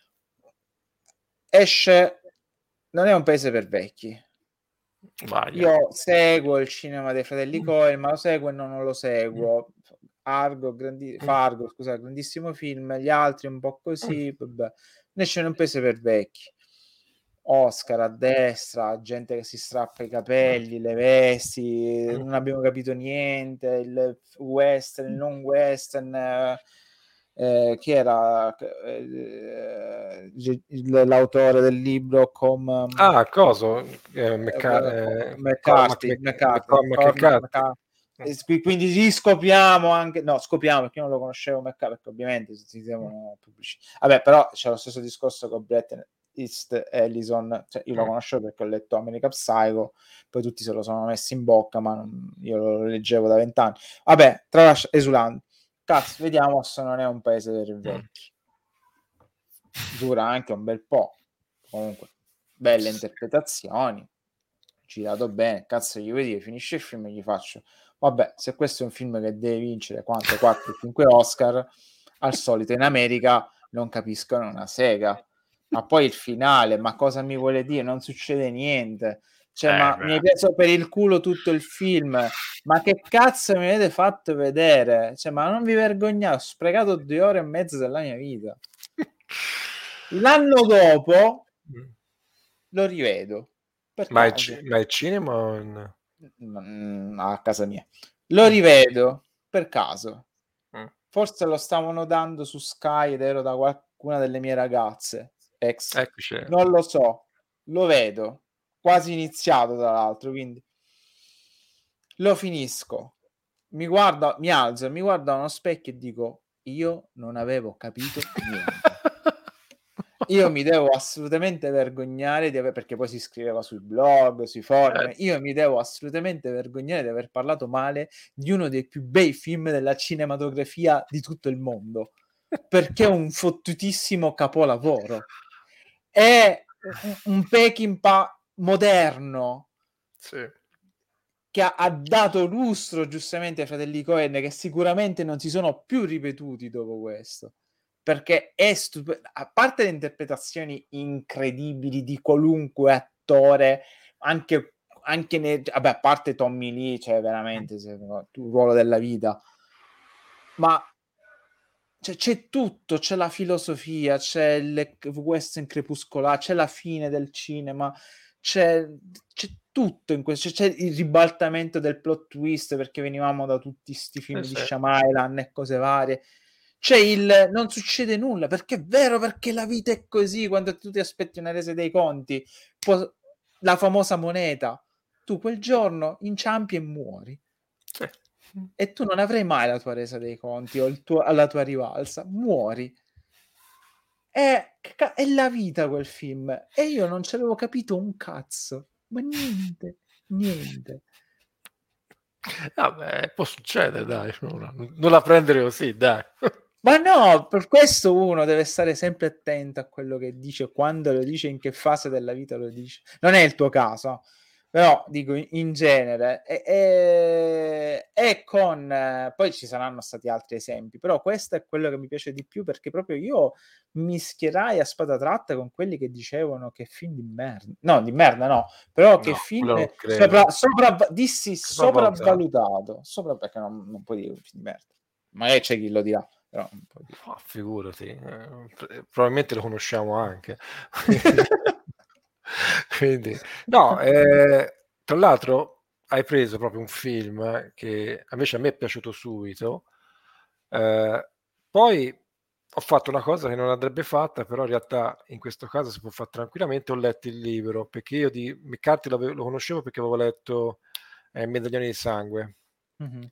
esce, non è un paese per vecchi. Vaglia. Io seguo il cinema dei fratelli Coen, ma lo seguo e non, non lo seguo. Argo, grandi... Fargo, scusa, grandissimo film, gli altri un po' così, vabbè. Ne c'è un paese per vecchi. Oscar a destra, gente che si strappa i capelli, le vesti, non abbiamo capito niente, il western, il non western, eh, eh, chi era eh, il- l'autore del libro com, Ah, coso? Eh, Mecca- eh, eh, Cormac McCarthy, Mc- McCarthy, Cormac Cormac McCarthy. McCarthy. E qui- quindi riscopriamo anche, no, scopriamo perché io non lo conoscevo McCarthy, perché ovviamente si devono pubblici. Vabbè, però c'è lo stesso discorso con Brett East Ellison, cioè io lo conoscevo perché ho letto American Psycho, poi tutti se lo sono messi in bocca, ma non, io lo leggevo da vent'anni. Vabbè, tralascia, esulando. Cazzo, vediamo se non è un paese per vecchi. Dura anche un bel po', comunque belle interpretazioni, girato bene, cazzo gli vuoi dire, finisce il film e gli faccio vabbè, se questo è un film che deve vincere quanto quattro cinque Oscar, al solito in America non capiscono una sega, ma poi il finale, ma cosa mi vuole dire, non succede niente, cioè Eh, ma beh. mi hai preso per il culo tutto il film, ma che cazzo mi avete fatto vedere, cioè ma non vi vergognate, ho sprecato due ore e mezza della mia vita. L'anno dopo lo rivedo per Ma è, caso. ci- ma è cinema o in- Mm, a casa mia. Lo rivedo per caso. Mm. Forse lo stavano dando su Sky ed ero da qualcuna delle mie ragazze ex. Eccoci. Non lo so. Lo vedo. Quasi iniziato, tra l'altro, quindi lo finisco. Mi guardo, mi alzo, mi guardo a uno specchio e dico: io non avevo capito niente. Io mi devo assolutamente vergognare di aver, perché poi si scriveva sui blog, sui forum, Eh, io mi devo assolutamente vergognare di aver parlato male di uno dei più bei film della cinematografia di tutto il mondo. perché è un fottutissimo capolavoro. È un, un Peckinpah moderno, sì. che ha, ha dato lustro giustamente ai fratelli Coen, che sicuramente non si sono più ripetuti dopo questo, perché è stupendo, a parte le interpretazioni incredibili di qualunque attore, anche, anche ne, vabbè, a parte Tommy Lee, cioè veramente il ruolo della vita, ma cioè, c'è tutto, c'è la filosofia, c'è il western crepuscolare, c'è la fine del cinema, c'è, c'è tutto in questo, c'è, c'è il ribaltamento del plot twist, perché venivamo da tutti sti film Eh di sì. Shyamalan e cose varie. C'è il non succede nulla, perché è vero, perché la vita è così, quando tu ti aspetti una resa dei conti, poi, la famosa moneta, tu quel giorno inciampi e muori. Sì. E tu non avrai mai la tua resa dei conti o il tuo, la tua rivalsa, muori. È, è la vita quel film, e io non ci avevo capito un cazzo, ma niente, niente. Vabbè, può succedere, dai, non, non la prendere così, dai. Ma no, per questo uno deve stare sempre attento a quello che dice, quando lo dice, in che fase della vita lo dice. Non è il tuo caso, però dico in genere. E, e, e con eh, poi ci saranno stati altri esempi, però questo è quello che mi piace di più, perché proprio io mi schierai a spada tratta con quelli che dicevano che film di merda, no, di merda no, però che No, film quello non sopra, credo. sopra, dissi Sopravvalutato. sopravvalutato, sopra, perché non, non puoi dire un film di merda, magari c'è chi lo dirà. Però un po' di... Oh, figurati, eh, probabilmente lo conosciamo anche. Quindi, no, eh, tra l'altro hai preso proprio un film che invece a me è piaciuto subito. Eh, poi ho fatto una cosa che non andrebbe fatta, però in realtà in questo caso si può fare tranquillamente. Ho letto il libro, perché io di McCarthy lo, lo conoscevo perché avevo letto eh, Medaglioni di sangue. Mm-hmm.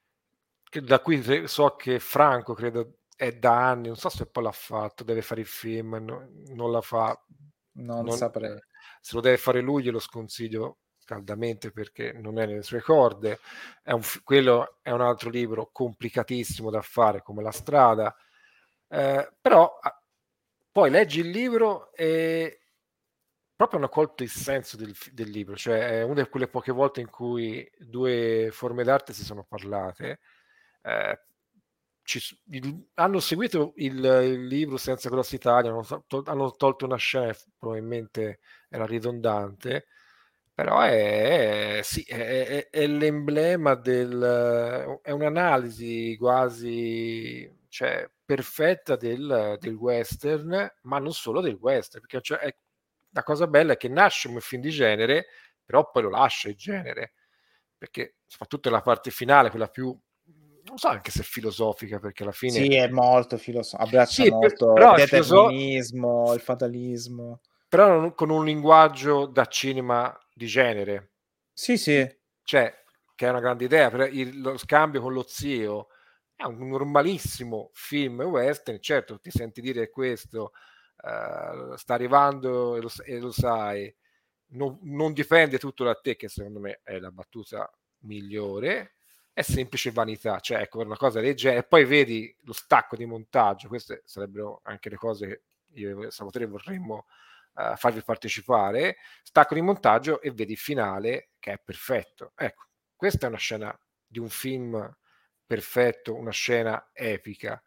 Che da cui so che Franco credo è da anni, non so se poi l'ha fatto, deve fare il film, no, non la fa, Non non, saprei. se lo deve fare lui glielo sconsiglio caldamente perché non è nelle sue corde. È un, quello è un altro libro complicatissimo da fare, come La strada, eh, però poi leggi il libro e proprio hanno colto il senso del, del libro, cioè è una di quelle poche volte in cui due forme d'arte si sono parlate. Eh, ci, il, hanno seguito il, il libro Senza Grossa Italia, hanno, to, hanno tolto una scena, probabilmente era ridondante, però è, è, sì, è, è, è l'emblema del... è un'analisi quasi cioè, perfetta del, del western, ma non solo del western, perché cioè, è, la cosa bella è che nasce come film di genere, però poi lo lascia il genere, perché soprattutto la parte finale, quella più non so anche se è filosofica, perché alla fine... Sì, è molto filosofico, abbraccia Sì, per, molto però il è filoso- determinismo, il fatalismo. però non- con un linguaggio da cinema di genere. Sì, sì. Cioè, che è una grande idea, per il, lo scambio con lo zio è un normalissimo film western, certo ti senti dire questo, uh, sta arrivando e lo, e lo sai, non, non dipende tutto da te, che secondo me è la battuta migliore, è semplice vanità, cioè ecco una cosa del genere, e poi vedi lo stacco di montaggio, queste sarebbero anche le cose che io e Salvatore vorremmo uh, farvi partecipare, stacco di montaggio e vedi il finale che è perfetto. Ecco, questa è una scena di un film perfetto, una scena epica.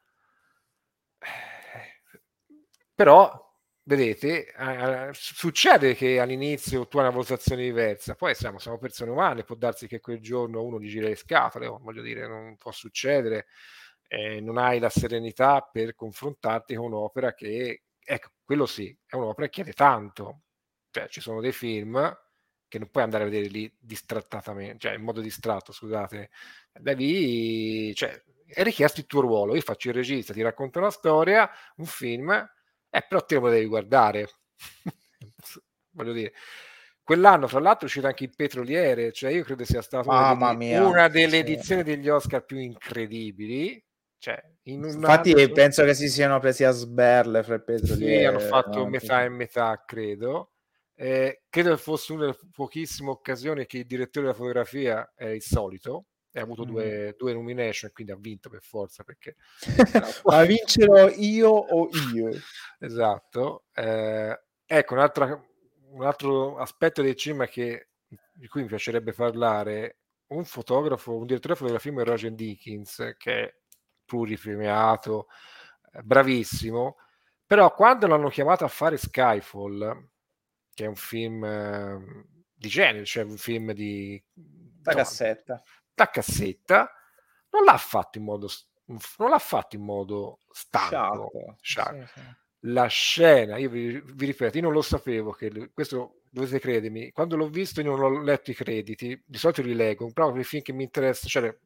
Però, vedete, eh, succede che all'inizio tu hai una valutazione diversa, poi siamo, siamo persone umane, può darsi che quel giorno uno gli gira le scatole, oh, voglio dire, non può succedere, eh, non hai la serenità per confrontarti con un'opera che, ecco, quello sì, è un'opera che chiede tanto, cioè ci sono dei film che non puoi andare a vedere lì distrattatamente, cioè in modo distratto, scusate, devi, cioè, è richiesto il tuo ruolo, io faccio il regista, ti racconto una storia, un film, eh, però te lo devi guardare. Voglio dire, quell'anno, fra l'altro, è uscito anche Il Petroliere, cioè io credo sia stata una Mamma delle, mia. una delle Sì. edizioni degli Oscar più incredibili. Cioè, in un Infatti anno sono... penso che si siano presi a sberle fra il Sì, hanno Petroliere. fatto No? metà e metà, credo. Eh, credo che fosse una delle pochissime occasioni che il direttore della fotografia è il solito, e ha avuto Mm. due, due nomination, quindi ha vinto per forza, perché ma vincerò io o io? Esatto. Eh, ecco, un'altra, un altro aspetto del cinema che, di cui mi piacerebbe parlare, un fotografo, un direttore di fotografia come Roger Deakins, che è pluripremiato, eh, bravissimo, però quando l'hanno chiamato a fare Skyfall, che è un film eh, di genere, cioè un film di La insomma, cassetta. da cassetta, non l'ha fatto in modo non l'ha fatto in modo stanco, Sciatto. sciatto. Sì, sì. La scena, io vi, vi ripeto, io non lo sapevo, che questo dovete credermi, quando l'ho visto io non ho letto i crediti, di solito li leggo, però per i film che mi interessa, cioè,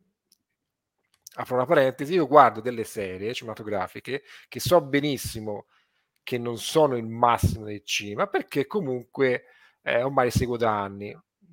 apro una parentesi, io guardo delle serie cinematografiche che so benissimo che non sono il massimo del cinema, perché comunque eh, ormai seguo da anni.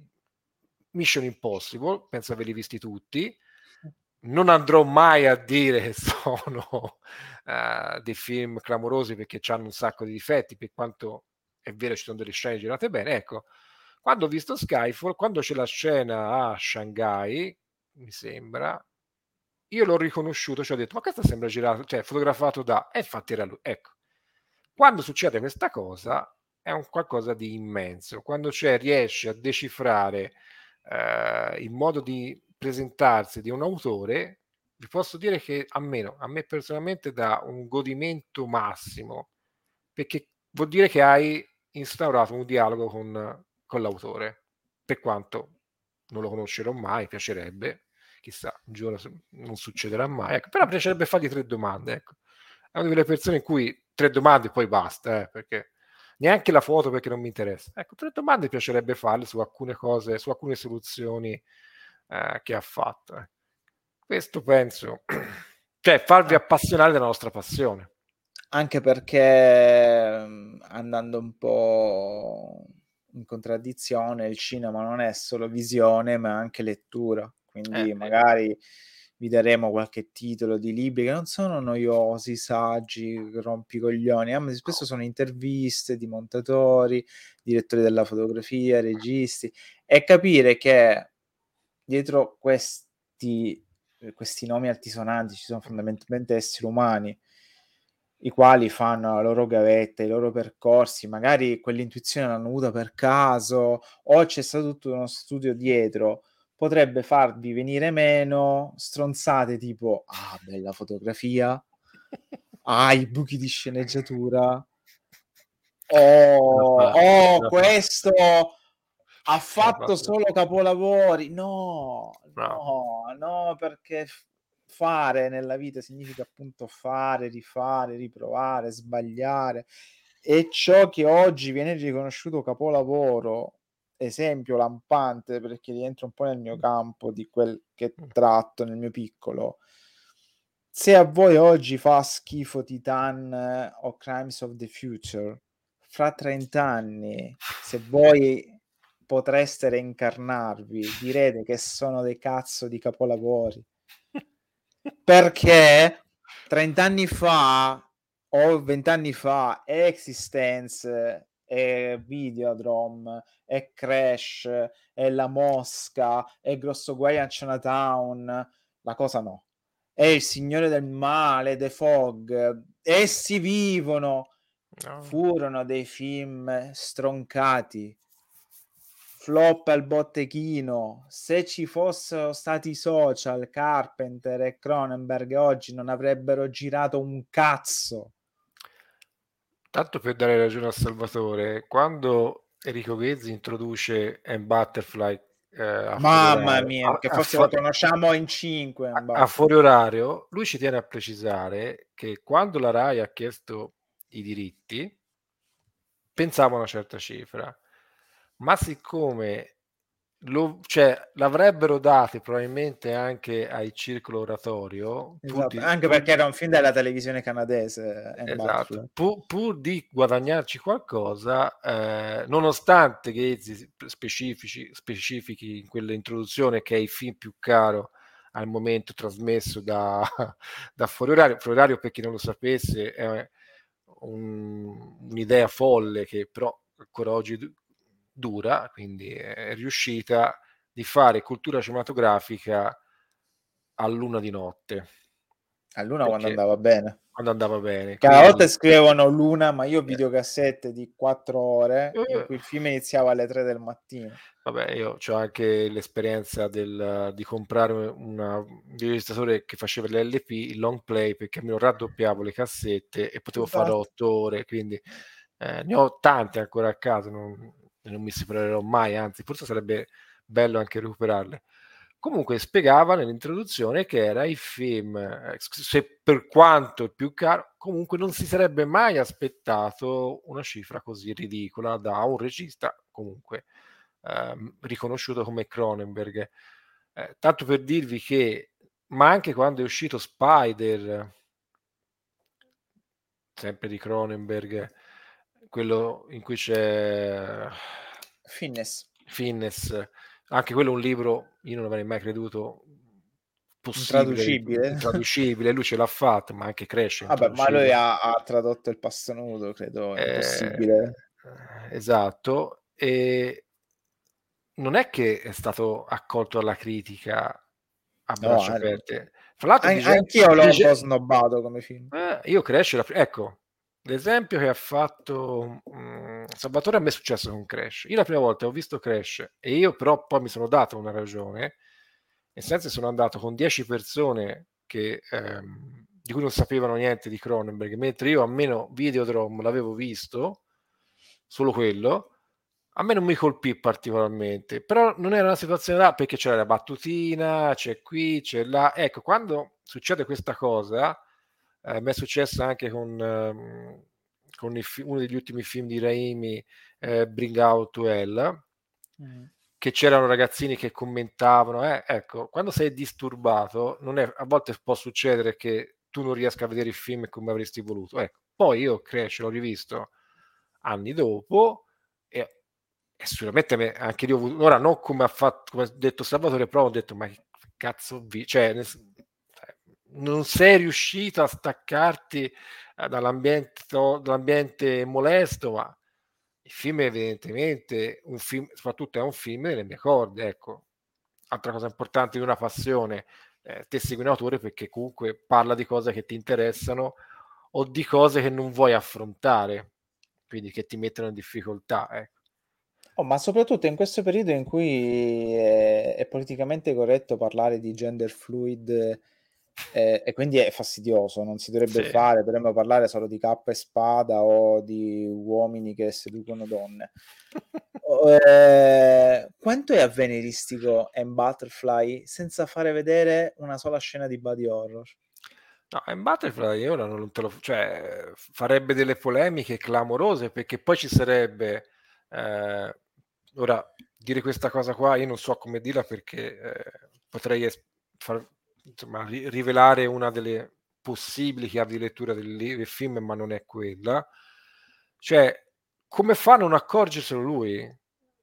Mission Impossible, penso averli visti tutti, non andrò mai a dire che sono uh, dei film clamorosi perché hanno un sacco di difetti, per quanto è vero ci sono delle scene girate bene. Ecco, quando ho visto Skyfall, quando c'è la scena a Shanghai, mi sembra, io l'ho riconosciuto, cioè ho detto, ma questo sembra girato, cioè fotografato da... E infatti era lui. Ecco, quando succede questa cosa è un qualcosa di immenso. Quando c'è, riesce a decifrare eh, il modo di presentarsi di un autore, vi posso dire che almeno a me personalmente dà un godimento massimo, perché vuol dire che hai instaurato un dialogo con, con l'autore, per quanto non lo conoscerò mai, piacerebbe, chissà, un giorno non succederà mai, ecco, però piacerebbe fargli tre domande, ecco. È una di quelle persone in cui tre domande e poi basta, eh, perché neanche la foto perché non mi interessa. Ecco, tre domande piacerebbe farle su alcune cose, su alcune soluzioni eh, che ha fatto. Eh. Questo penso, cioè farvi Ah, appassionare della nostra passione. anche perché mh, andando un po' in contraddizione, il cinema non è solo visione, ma anche lettura. Eh, Quindi magari vi daremo qualche titolo di libri che non sono noiosi, saggi, rompicoglioni, eh, ma spesso sono interviste di montatori, direttori della fotografia, registi, e capire che dietro questi, questi nomi altisonanti ci sono fondamentalmente esseri umani, i quali fanno la loro gavetta, i loro percorsi, magari quell'intuizione l'hanno avuta per caso o c'è stato tutto uno studio dietro, potrebbe farvi venire meno stronzate tipo ah, bella fotografia, ah, i buchi di sceneggiatura, oh, oh questo ha fatto solo capolavori. No, no, no, perché fare nella vita significa appunto fare, rifare, riprovare, sbagliare. E ciò che oggi viene riconosciuto capolavoro, esempio lampante, perché rientra un po' nel mio campo di quel che tratto nel mio piccolo. Se a voi oggi fa schifo Titan o Crimes of the Future, fra trenta anni, se voi potreste reincarnarvi, direte che sono dei cazzo di capolavori. Perché trenta anni fa o venti anni fa Existence e Videodrome e Crash e La Mosca e Grosso Guai a Chinatown, la cosa no. E Il Signore del Male, The Fog, essi vivono, no. furono dei film stroncati, flop al botteghino. Se ci fossero stati i social, Carpenter e Cronenberg oggi non avrebbero girato un cazzo. Tanto per dare ragione a Salvatore, quando Enrico Ghezzi introduce M. Butterfly eh, a fuori Mamma orario, mia, a, che a, forse lo fu- conosciamo in cinque. a- a fuori orario, lui ci tiene a precisare che quando la Rai ha chiesto i diritti, pensava a una certa cifra, ma siccome lo, cioè, l'avrebbero dati probabilmente anche ai circolo oratorio, pur Esatto, di, anche pur perché di- era un film della televisione canadese, M. esatto, Butterfly. pur, pur di guadagnarci qualcosa, eh, nonostante Ghezzi specifici, specifichi in quell'introduzione che è il film più caro al momento trasmesso da, da Fuori Orario. Fuori Orario, per chi non lo sapesse, è un, un'idea folle che però ancora oggi dura, quindi è riuscita di fare cultura cinematografica a luna di notte. A Luna quando Perché andava bene. quando andava bene, Che a quindi volte scrivevano Luna, ma io ho Eh. videocassette di quattro ore in Uh. cui il film iniziava alle tre del mattino. Vabbè, io c'ho anche l'esperienza del di comprare una un videoregistratore che faceva l'L P, il long play, perché almeno raddoppiavo le cassette e potevo fare Esatto. otto ore, quindi eh, ne ho tante ancora a casa, non, non mi separerò mai, anzi, forse sarebbe bello anche recuperarle. Comunque spiegava nell'introduzione che era il film, eh, se per quanto è più caro, comunque non si sarebbe mai aspettato una cifra così ridicola da un regista comunque ehm, riconosciuto come Cronenberg. Eh, tanto per dirvi che, ma anche quando è uscito Spider, sempre di Cronenberg, quello in cui c'è Finnes. Finnes, anche quello è un libro, io non avrei mai creduto possibile, Intraducibile. intraducibile, lui ce l'ha fatto, ma anche Crash è Vabbè, ma lui intraducibile. ha, ha tradotto il pasto nudo, credo, è Eh, impossibile. esatto, e non è che è stato accolto dalla critica a No, braccia an- aperte. Fra l'altro an- dice, anch'io l'ho un po' dice snobbato come film. eh, io Crash, la, ecco, l'esempio che ha fatto mh, Salvatore a me è successo con Crash. Io la prima volta ho visto Crash e io però poi mi sono dato una ragione, nel senso che sono andato con dieci persone che, ehm, di cui non sapevano niente di Cronenberg, mentre io almeno Videodrome l'avevo visto, solo quello, a me non mi colpì particolarmente, però non era una situazione da perché c'era la battutina, c'è qui, c'è là. Ecco, quando succede questa cosa, eh, mi è successo anche con, ehm, con il fi- uno degli ultimi film di Raimi, eh, Bring Out to Hell, Mm. che c'erano ragazzini che commentavano, eh, ecco, quando sei disturbato, non è, a volte può succedere che tu non riesca a vedere il film come avresti voluto. Ecco, poi io Crash l'ho rivisto anni dopo e, e sicuramente me, anche io ho avuto, ora non come ha fatto, come ha detto Salvatore, però ho detto, ma che cazzo vi, cioè, nel, non sei riuscito a staccarti eh, dall'ambiente, dall'ambiente molesto, ma il film è evidentemente un film, soprattutto è un film delle mie corde, ecco. Altra cosa importante di una passione, eh, te segui un autore perché comunque parla di cose che ti interessano o di cose che non vuoi affrontare, quindi che ti mettono in difficoltà, ecco. Oh, ma soprattutto in questo periodo in cui è, è politicamente corretto parlare di gender fluid eh, e quindi è fastidioso, non si dovrebbe Sì. fare, dovremmo parlare solo di cappa e spada o di uomini che seducono donne. Eh, quanto è avveniristico M Butterfly senza fare vedere una sola scena di body horror? No, in Butterfly ora non te lo, cioè, farebbe delle polemiche clamorose perché poi ci sarebbe eh, ora dire questa cosa qua io non so come dirla perché eh, potrei es- far, insomma, ri- rivelare una delle possibili chiavi di lettura del, li- del film, ma non è quella. Cioè, come fa a non accorgerselo lui?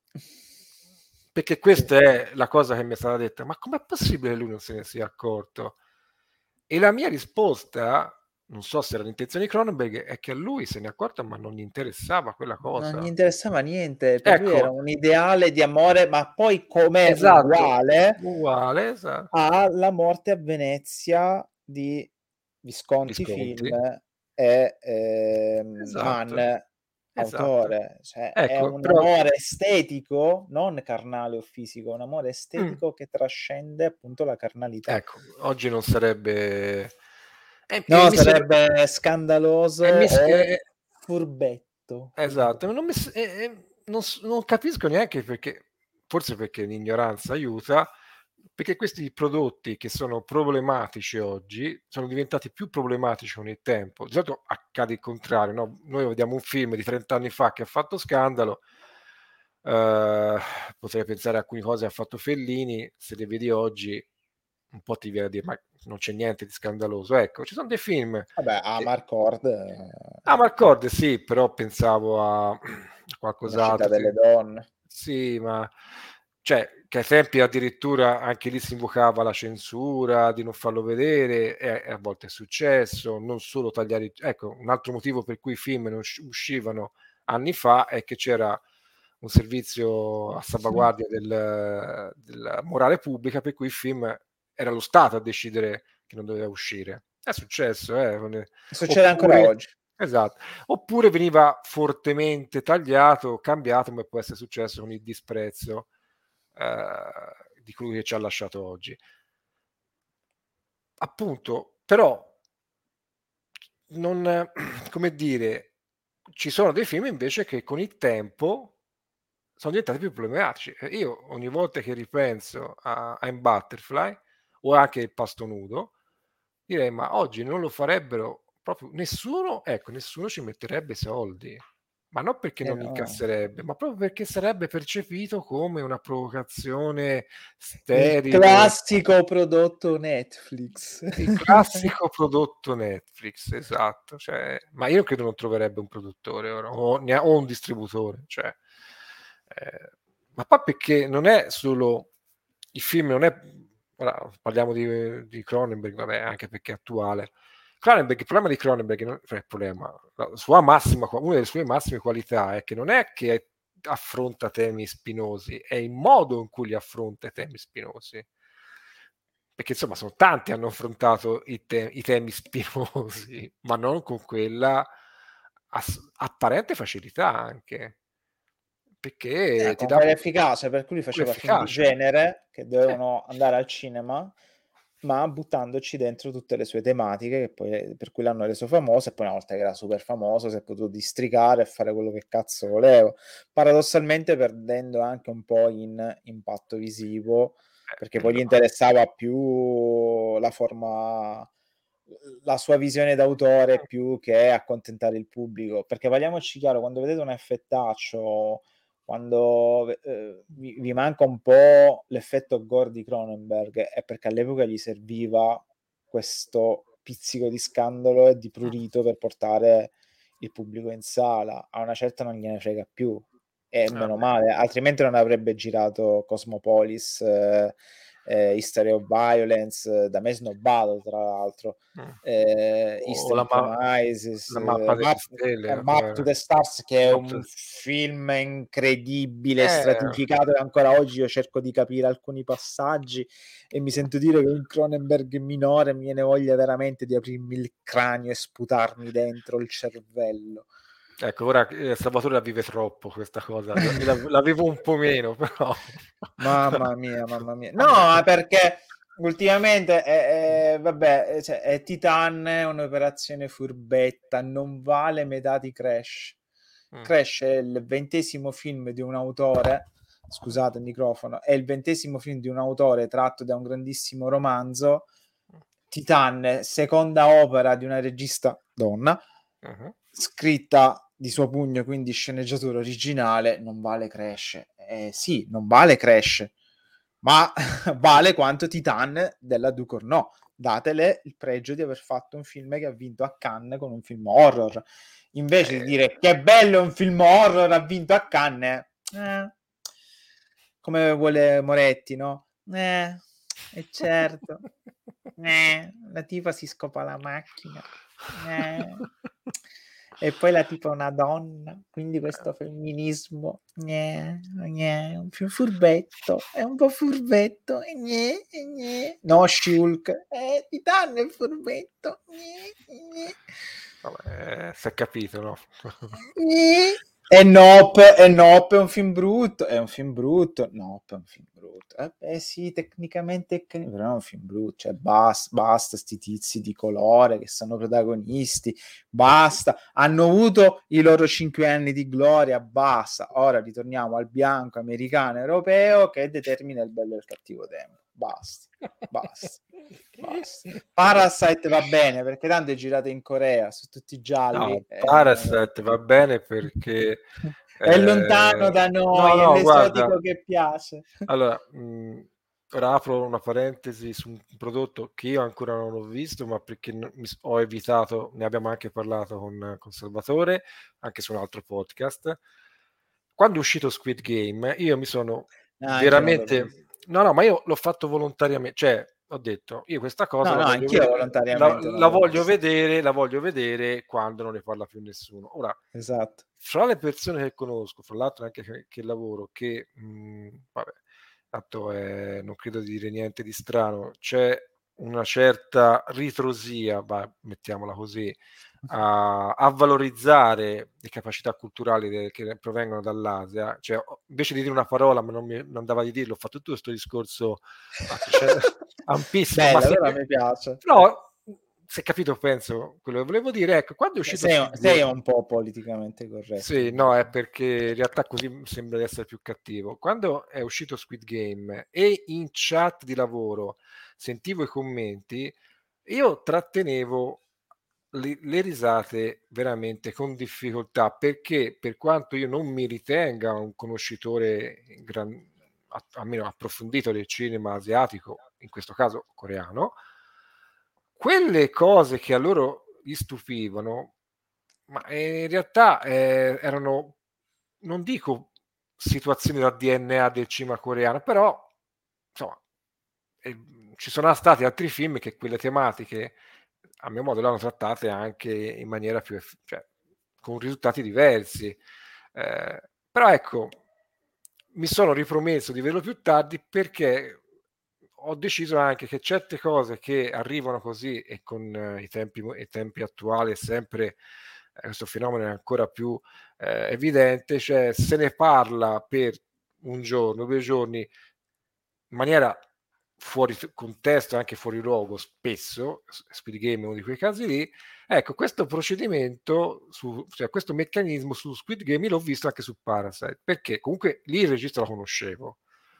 Perché questa è la cosa che mi è stata detta, ma com'è possibile che lui non se ne sia accorto? E la mia risposta, non so se era l'intenzione di Cronenberg, è che a lui se ne è accorto, ma non gli interessava quella Non gli cosa. interessava niente, per lui era Ecco, un ideale di amore, ma poi com'è esatto, uguale uguale, esatto. alla morte a Venezia di Visconti Visconti, Film e ehm, Mann, esatto, esatto. autore. Cioè, è Ecco, un però, amore estetico, non carnale o fisico, un amore mm, estetico che trascende appunto la carnalità. ecco, oggi non sarebbe... E, e No, mi sono... sarebbe scandaloso E mi, s- o e- furbetto, Esatto, furbetto. non, mi s- e- e non s- non capisco neanche perché, forse perché l'ignoranza aiuta, perché questi prodotti che sono problematici oggi sono diventati più problematici con il tempo. Di solito accade il contrario, no? Noi vediamo un film di trenta anni fa che ha fatto scandalo, eh, potrei pensare a alcune cose che ha fatto Fellini, se le vedi oggi un po' ti viene a dire, ma non c'è niente di scandaloso. Ecco, ci sono dei film Vabbè, che Amarcord, Ah, Marcord, sì, però pensavo a una città qualcos'altro. Sì, delle donne. sì, ma cioè, che ai tempi addirittura anche lì si invocava la censura di non farlo vedere, e, e a volte è successo, non solo tagliare. i- Ecco, un altro motivo per cui i film non usci- uscivano anni fa è che c'era un servizio a salvaguardia del- della morale pubblica, per cui i film era lo Stato a decidere che non doveva uscire. È successo, eh. Succede ancora oggi. Esatto. Oppure veniva fortemente tagliato, cambiato, come può essere successo con il disprezzo eh, di colui che ci ha lasciato oggi. Appunto, però, non, come dire, ci sono dei film invece che con il tempo sono diventati più problematici. Io ogni volta che ripenso a I'm Butterfly o anche Il pasto nudo, direi, ma oggi non lo farebbero proprio nessuno, ecco, nessuno ci metterebbe soldi, ma non perché Eh non no. incasserebbe, ma proprio perché sarebbe percepito come una provocazione Il sterile. classico prodotto Netflix. Il classico prodotto Netflix, esatto. Cioè, ma io credo non troverebbe un produttore ora, o, ne ha- o un distributore. Cioè, eh, ma poi perché non è solo i film, non è. Ora, parliamo di, di Cronenberg, vabbè, anche perché è attuale. Cronenberg, il problema di Cronenberg, non, cioè il problema, la sua massima, una delle sue massime qualità è che non è che affronta temi spinosi, è il modo in cui li affronta i temi spinosi. Perché insomma sono tanti che hanno affrontato i, te- i temi spinosi, ma non con quella ass- apparente facilità anche. Perché Eh, ti con dà quell'efficacia per cui lui faceva film di quell'efficacia. genere che Sì. dovevano andare al cinema, ma buttandoci dentro tutte le sue tematiche che poi, per cui l'hanno reso famoso, e poi una volta che era super famoso si è potuto districare e fare quello che cazzo voleva, paradossalmente perdendo anche un po' in impatto visivo, perché poi gli interessava più la forma, la sua visione d'autore più che accontentare il pubblico, perché parliamoci chiaro, quando vedete un effettaccio, quando eh, vi, vi manca un po' l'effetto gore di Cronenberg, è perché all'epoca gli serviva questo pizzico di scandalo e di prurito per portare il pubblico in sala. A una certa non gliene frega più, e meno male, altrimenti non avrebbe girato Cosmopolis, eh, eh, History of Violence, da me snobbato tra l'altro, eh, o Eastern la, ma- Promises, la mappa eh, delle Map, stelle, eh, Map to the Stars, che è un film incredibile, eh, stratificato, e ancora oggi io cerco di capire alcuni passaggi e mi sento dire che un Cronenberg minore mi viene voglia veramente di aprirmi il cranio e sputarmi dentro il cervello. Ecco, ora eh, Salvatore la vive troppo questa cosa, la, la vivo un po' meno, però. Mamma mia, mamma mia. No, perché ultimamente è, è, vabbè, cioè, è Titan, è un'operazione furbetta, non vale metà di Crash. Mm. Crash è il ventesimo film di un autore, scusate il microfono, è il ventesimo film di un autore tratto da un grandissimo romanzo. Titan, seconda opera di una regista donna, uh-huh. scritta di suo pugno, quindi sceneggiatura originale, non vale Crash. Eh, sì, non vale Crash, ma vale quanto Titan della Ducournau. Datele il pregio di aver fatto un film che ha vinto a Cannes con un film horror. Invece eh. di dire che bello un film horror, ha vinto a Cannes, eh, come vuole Moretti, no? Eh, e certo. Eh, la tipa si scopa la macchina. Eh. E poi la tipa è una donna, quindi questo femminismo eh, eh, un più furbetto, è un po' furbetto, eh, eh. No, Shulk, eh, Titan è furbetto. Eh, eh. Vabbè, si è capito, no? E Nope, e Nope è un film brutto, è un film brutto, Nope è un film brutto, eh, eh sì, tecnicamente, però è un film brutto, cioè basta, basta sti tizi di colore che sono protagonisti, basta, hanno avuto i loro cinque anni di gloria, basta, ora ritorniamo al bianco americano europeo che determina il bello e il cattivo tempo, basta, basta. Basta. Parasite va bene perché tanto è girato in Corea, su tutti i gialli. No, Parasite eh, va bene perché è eh, lontano da noi, no, no, è l'esotico guarda, che piace. Allora, mh, ora apro una parentesi su un prodotto che io ancora non ho visto, ma perché mi, ho evitato, ne abbiamo anche parlato con, con Salvatore, anche su un altro podcast. Quando è uscito Squid Game, io mi sono ah, veramente... No, no, ma io l'ho fatto volontariamente, cioè ho detto, io questa cosa no, la, no, voglio, vedere, volontariamente la, la voglio vedere, la voglio vedere quando non ne parla più nessuno. Ora, esatto. fra le persone che conosco, fra l'altro anche che, che lavoro, che mh, vabbè, tanto eh, non credo di dire niente di strano, c'è una certa ritrosia, bah, mettiamola così, a, a valorizzare le capacità culturali de- che provengono dall'Asia. Cioè, ho- invece di dire una parola, ma non mi non andava di dirlo, ho fatto tutto questo discorso a trecento ampissimo, ma Bella, se, allora mi piace. però, se hai capito, penso quello che volevo dire. Ecco, quando è uscito Sei, Squid sei Game, un po' politicamente corretto, sì, no, è diciamo. perché in realtà così sembra di essere più cattivo. Quando è uscito Squid Game e in chat di lavoro sentivo i commenti, io trattenevo le, le risate veramente con difficoltà, perché per quanto io non mi ritenga un conoscitore gran, a- almeno approfondito del cinema asiatico, in questo caso coreano, quelle cose che a loro gli stupivano, ma eh, in realtà eh, erano, non dico situazioni da D N A del cinema coreano, però insomma, eh, ci sono stati altri film che quelle tematiche, a mio modo, le hanno trattate anche in maniera più, eff- cioè, con risultati diversi. Eh, però ecco, mi sono ripromesso di vederlo più tardi, perché ho deciso anche che certe cose che arrivano così, e con eh, i, tempi, i tempi attuali è sempre eh, questo fenomeno è ancora più eh, evidente, cioè se ne parla per un giorno, due giorni, in maniera fuori contesto, anche fuori luogo spesso. Speed Game è uno di quei casi lì. Ecco, questo procedimento, su, cioè questo meccanismo su Squid Game l'ho visto anche su Parasite, perché comunque lì il regista lo conoscevo,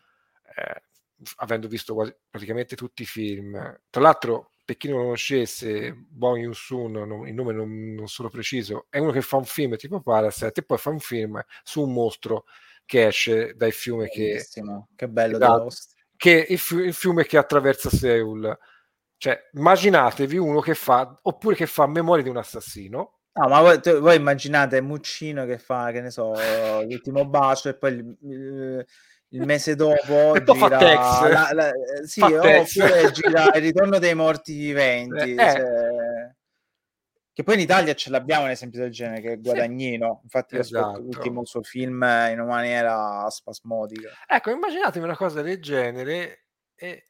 eh, avendo visto quasi, praticamente tutti i film. Tra l'altro, per chi non lo conoscesse, Bong Joon-soon, non, il nome non, non sono preciso, è uno che fa un film tipo Parasite e poi fa un film su un mostro che esce dal fiume che, Bellissimo, che bello The esatto, Host. che il, fi- il fiume che attraversa Seoul. Cioè, immaginatevi uno che fa, oppure che fa memoria di un assassino. No, ma voi, te- voi immaginate Muccino che fa, che ne so, l'ultimo bacio e poi il, il- il mese dopo E poi fa Tex, gira, la, la- eh, fa sì, Tex. oppure gira Il ritorno dei morti Eh, viventi, eh, cioè, che poi in Italia ce l'abbiamo un esempio del genere, che è sì, Guadagnino. Infatti io aspetto esatto. l'ultimo suo film in una maniera spasmodica. Ecco, immaginatevi una cosa del genere, e,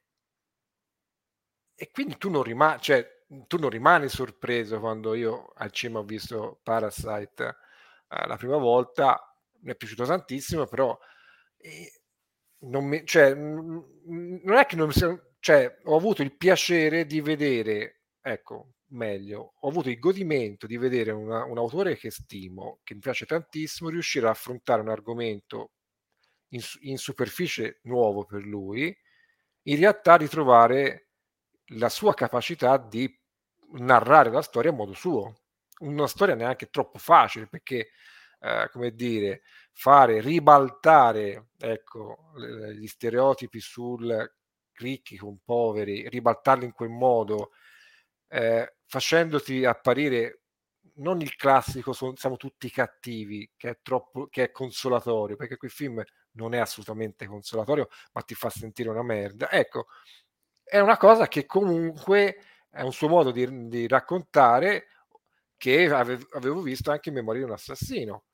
e quindi tu non rimani, cioè, tu non rimani sorpreso quando io al cinema ho visto Parasite eh, la prima volta. Mi è piaciuto tantissimo, però eh, non, mi, cioè, n- n- non è che non mi sia, cioè, ho avuto il piacere di vedere, ecco, meglio, ho avuto il godimento di vedere una- un autore che stimo, che mi piace tantissimo, riuscire ad affrontare un argomento in, su- in superficie nuovo per lui, in realtà ritrovare la sua capacità di narrare la storia a modo suo. Una storia neanche troppo facile, perché, eh, come dire, fare ribaltare, ecco, l- gli stereotipi sul ricchi con poveri, ribaltarli in quel modo, eh, facendoti apparire non il classico "so- siamo tutti cattivi", che è troppo, che è consolatorio, perché quel film non è assolutamente consolatorio, ma ti fa sentire una merda. Ecco, è una cosa che comunque è un suo modo di, di raccontare, che ave- avevo visto anche in Memoria di un assassino,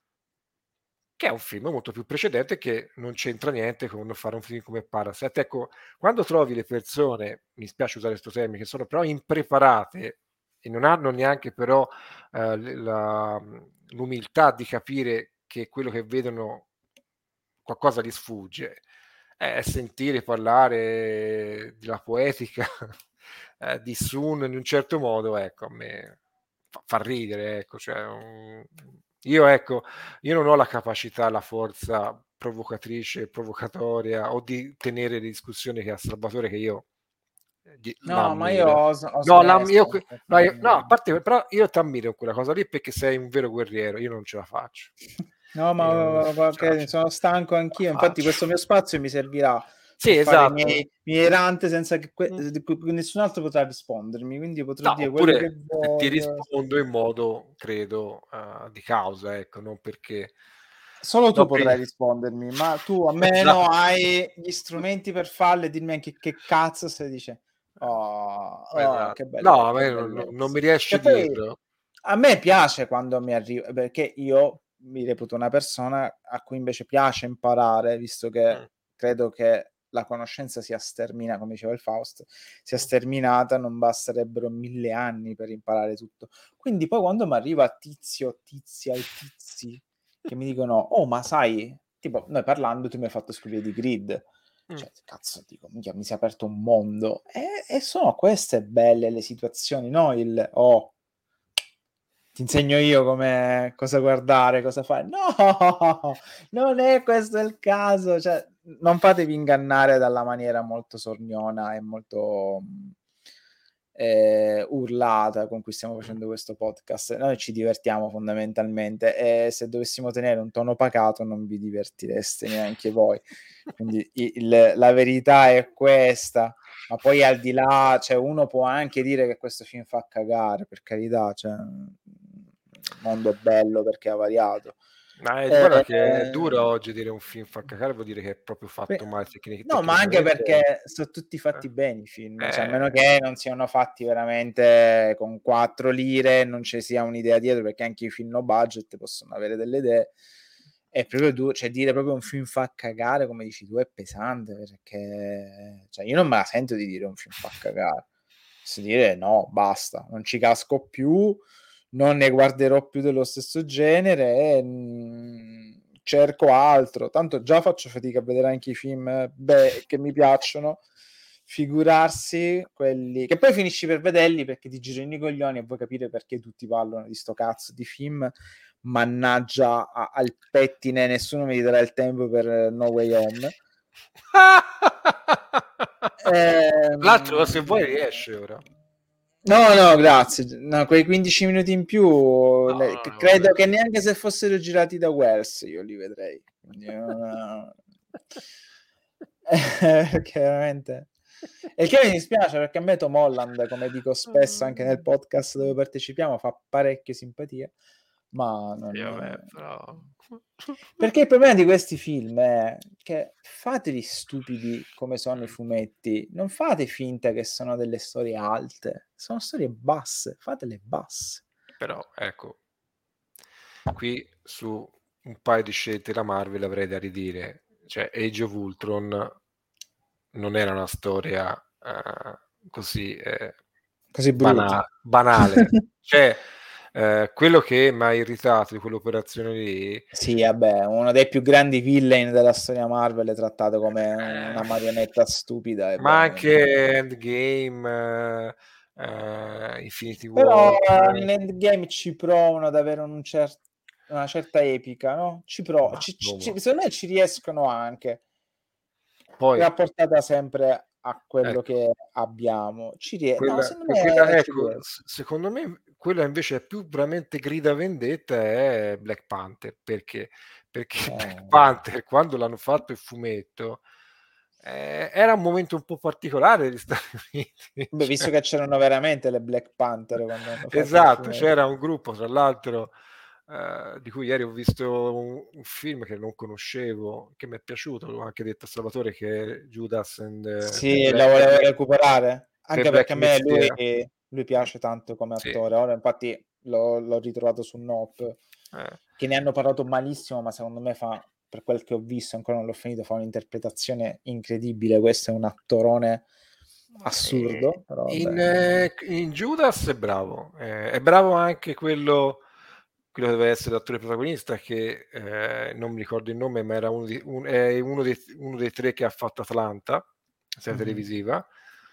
che è un film molto più precedente, che non c'entra niente con fare un film come Parasite. Ecco, quando trovi le persone, mi spiace usare questo termine, che sono però impreparate e non hanno neanche però eh, la, l'umiltà di capire che quello che vedono qualcosa gli sfugge, è sentire parlare della poetica eh, di Sun in un certo modo, ecco, a me fa, fa ridere, ecco, cioè, um, io, ecco, io non ho la capacità, la forza provocatrice, provocatoria, o di tenere le discussioni che ha Salvatore, che io eh, No, ma io l'ammiro. ho, ho No, la, io, smesso. no, io, no, a parte, però io ti ammiro quella cosa lì, perché sei un vero guerriero, io non ce la faccio. No, Io non ma ma ce la che- sono stanco ce la anch'io. Infatti, faccio. questo mio spazio mi servirà Sì, per fare i esatto. miei, miei rant senza che que- Mm. di cui nessun altro potrà rispondermi. Quindi potrò No, dire quello che oppure ti voglio. rispondo in modo, credo, eh, di causa, ecco, non perché... Solo tu No, per- potrai rispondermi, ma tu almeno Esatto, hai gli strumenti per farlo e dirmi anche che cazzo se dice. Oh, oh, esatto. che belle, No, a che me non, non- non bellezza. mi riesce a Che poi dirlo. a me piace quando mi arriva, perché io mi reputo una persona a cui invece piace imparare, visto che Mm. credo che la conoscenza sia sterminata, come diceva il Faust, sia sterminata, non basterebbero mille anni per imparare tutto. Quindi poi quando mi arriva Tizio, Tizia e Tizi che mi dicono, oh ma sai, tipo noi parlando tu mi hai fatto scoprire di Grid, cioè cazzo dico, minchia, mi si è aperto un mondo, e, e sono queste belle le situazioni, no il, oh, ti insegno io come cosa guardare, cosa fare. No, non è questo il caso. Cioè, non fatevi ingannare dalla maniera molto sorniona e molto eh, urlata con cui stiamo facendo questo podcast. Noi ci divertiamo fondamentalmente e se dovessimo tenere un tono pacato non vi divertireste neanche voi. Quindi il, la verità è questa. Ma poi al di là, cioè uno può anche dire che questo film fa cagare, per carità, cioè il mondo è bello perché ha variato. Ma è, Eh, guarda che è dura oggi dire un film fa cagare, vuol dire che è proprio fatto beh, male tecnic- no, ma anche tecnicamente. perché sono tutti fatti Eh. bene i film, Eh. cioè, a meno che non siano fatti veramente con quattro lire, non ci sia un'idea dietro, perché anche i film no budget possono avere delle idee. È proprio duro, cioè dire proprio un film fa cagare, come dici tu, è pesante, perché cioè, io non me la sento di dire un film fa cagare. Posso dire no, basta, non ci casco più, non ne guarderò più dello stesso genere e mh, cerco altro. Tanto già faccio fatica a vedere anche i film beh, che mi piacciono, figurarsi quelli che poi finisci per vederli perché ti girano i coglioni e vuoi capire perché tutti parlano di sto cazzo di film. Mannaggia a, al pettine, nessuno mi darà il tempo per No Way Home. ehm... L'altro, se vuoi, riesce ora. No, no, grazie. No, quei quindici minuti in più, No, le, no, no, credo no. che neanche se fossero girati da Wells io li vedrei. Quindi, uh... perché veramente... E il che mi dispiace perché a me Tom Holland, come dico spesso anche nel podcast dove partecipiamo, fa parecchio simpatia. Ma non... Sì, vabbè, però... perché il problema di questi film è che fateli stupidi come sono i fumetti, non fate finta che sono delle storie alte, sono storie basse, fatele basse. Però ecco, qui su un paio di scelte la Marvel avrei da ridire, cioè Age of Ultron non era una storia uh, così, eh, così bana- banale, cioè eh, quello che mi ha irritato di quell'operazione lì, sì, vabbè, uno dei più grandi villain della storia Marvel è trattato come una marionetta stupida e ma beh, anche Endgame, uh, uh, Infinity però War, in Endgame ci provano ad avere un cer- una certa epica, no? Ci provano, ci, ci, secondo me ci riescono anche. Poi rapportata sempre a quello ecco, che abbiamo. Ci rie- quella, no, secondo quella, me ci ecco, riesco. secondo me quella invece è più veramente grida vendetta è Black Panther, perché perché Eh. Black Panther quando l'hanno fatto il fumetto eh, era un momento un po' particolare degli Stati Uniti. Beh, Cioè, visto che c'erano veramente le Black Panther quando hanno fatto esatto, c'era un gruppo tra l'altro Uh, di cui ieri ho visto un, un film che non conoscevo, che mi è piaciuto, l'ho anche detto a Salvatore, che è Judas and sì, la volevo recuperare anche perché a me lui, lui piace tanto come attore. Sì. Ora infatti l'ho, l'ho ritrovato su Nope, eh. che ne hanno parlato malissimo, ma secondo me fa, per quel che ho visto, ancora non l'ho finito, fa un'interpretazione incredibile. Questo è un attorone assurdo. Eh, però in, eh, in Judas è bravo, eh, è bravo anche quello quello deve essere l'attore protagonista che eh, non mi ricordo il nome, ma era uno, di, un, è uno, dei, uno dei tre che ha fatto Atlanta, serie mm-hmm. televisiva,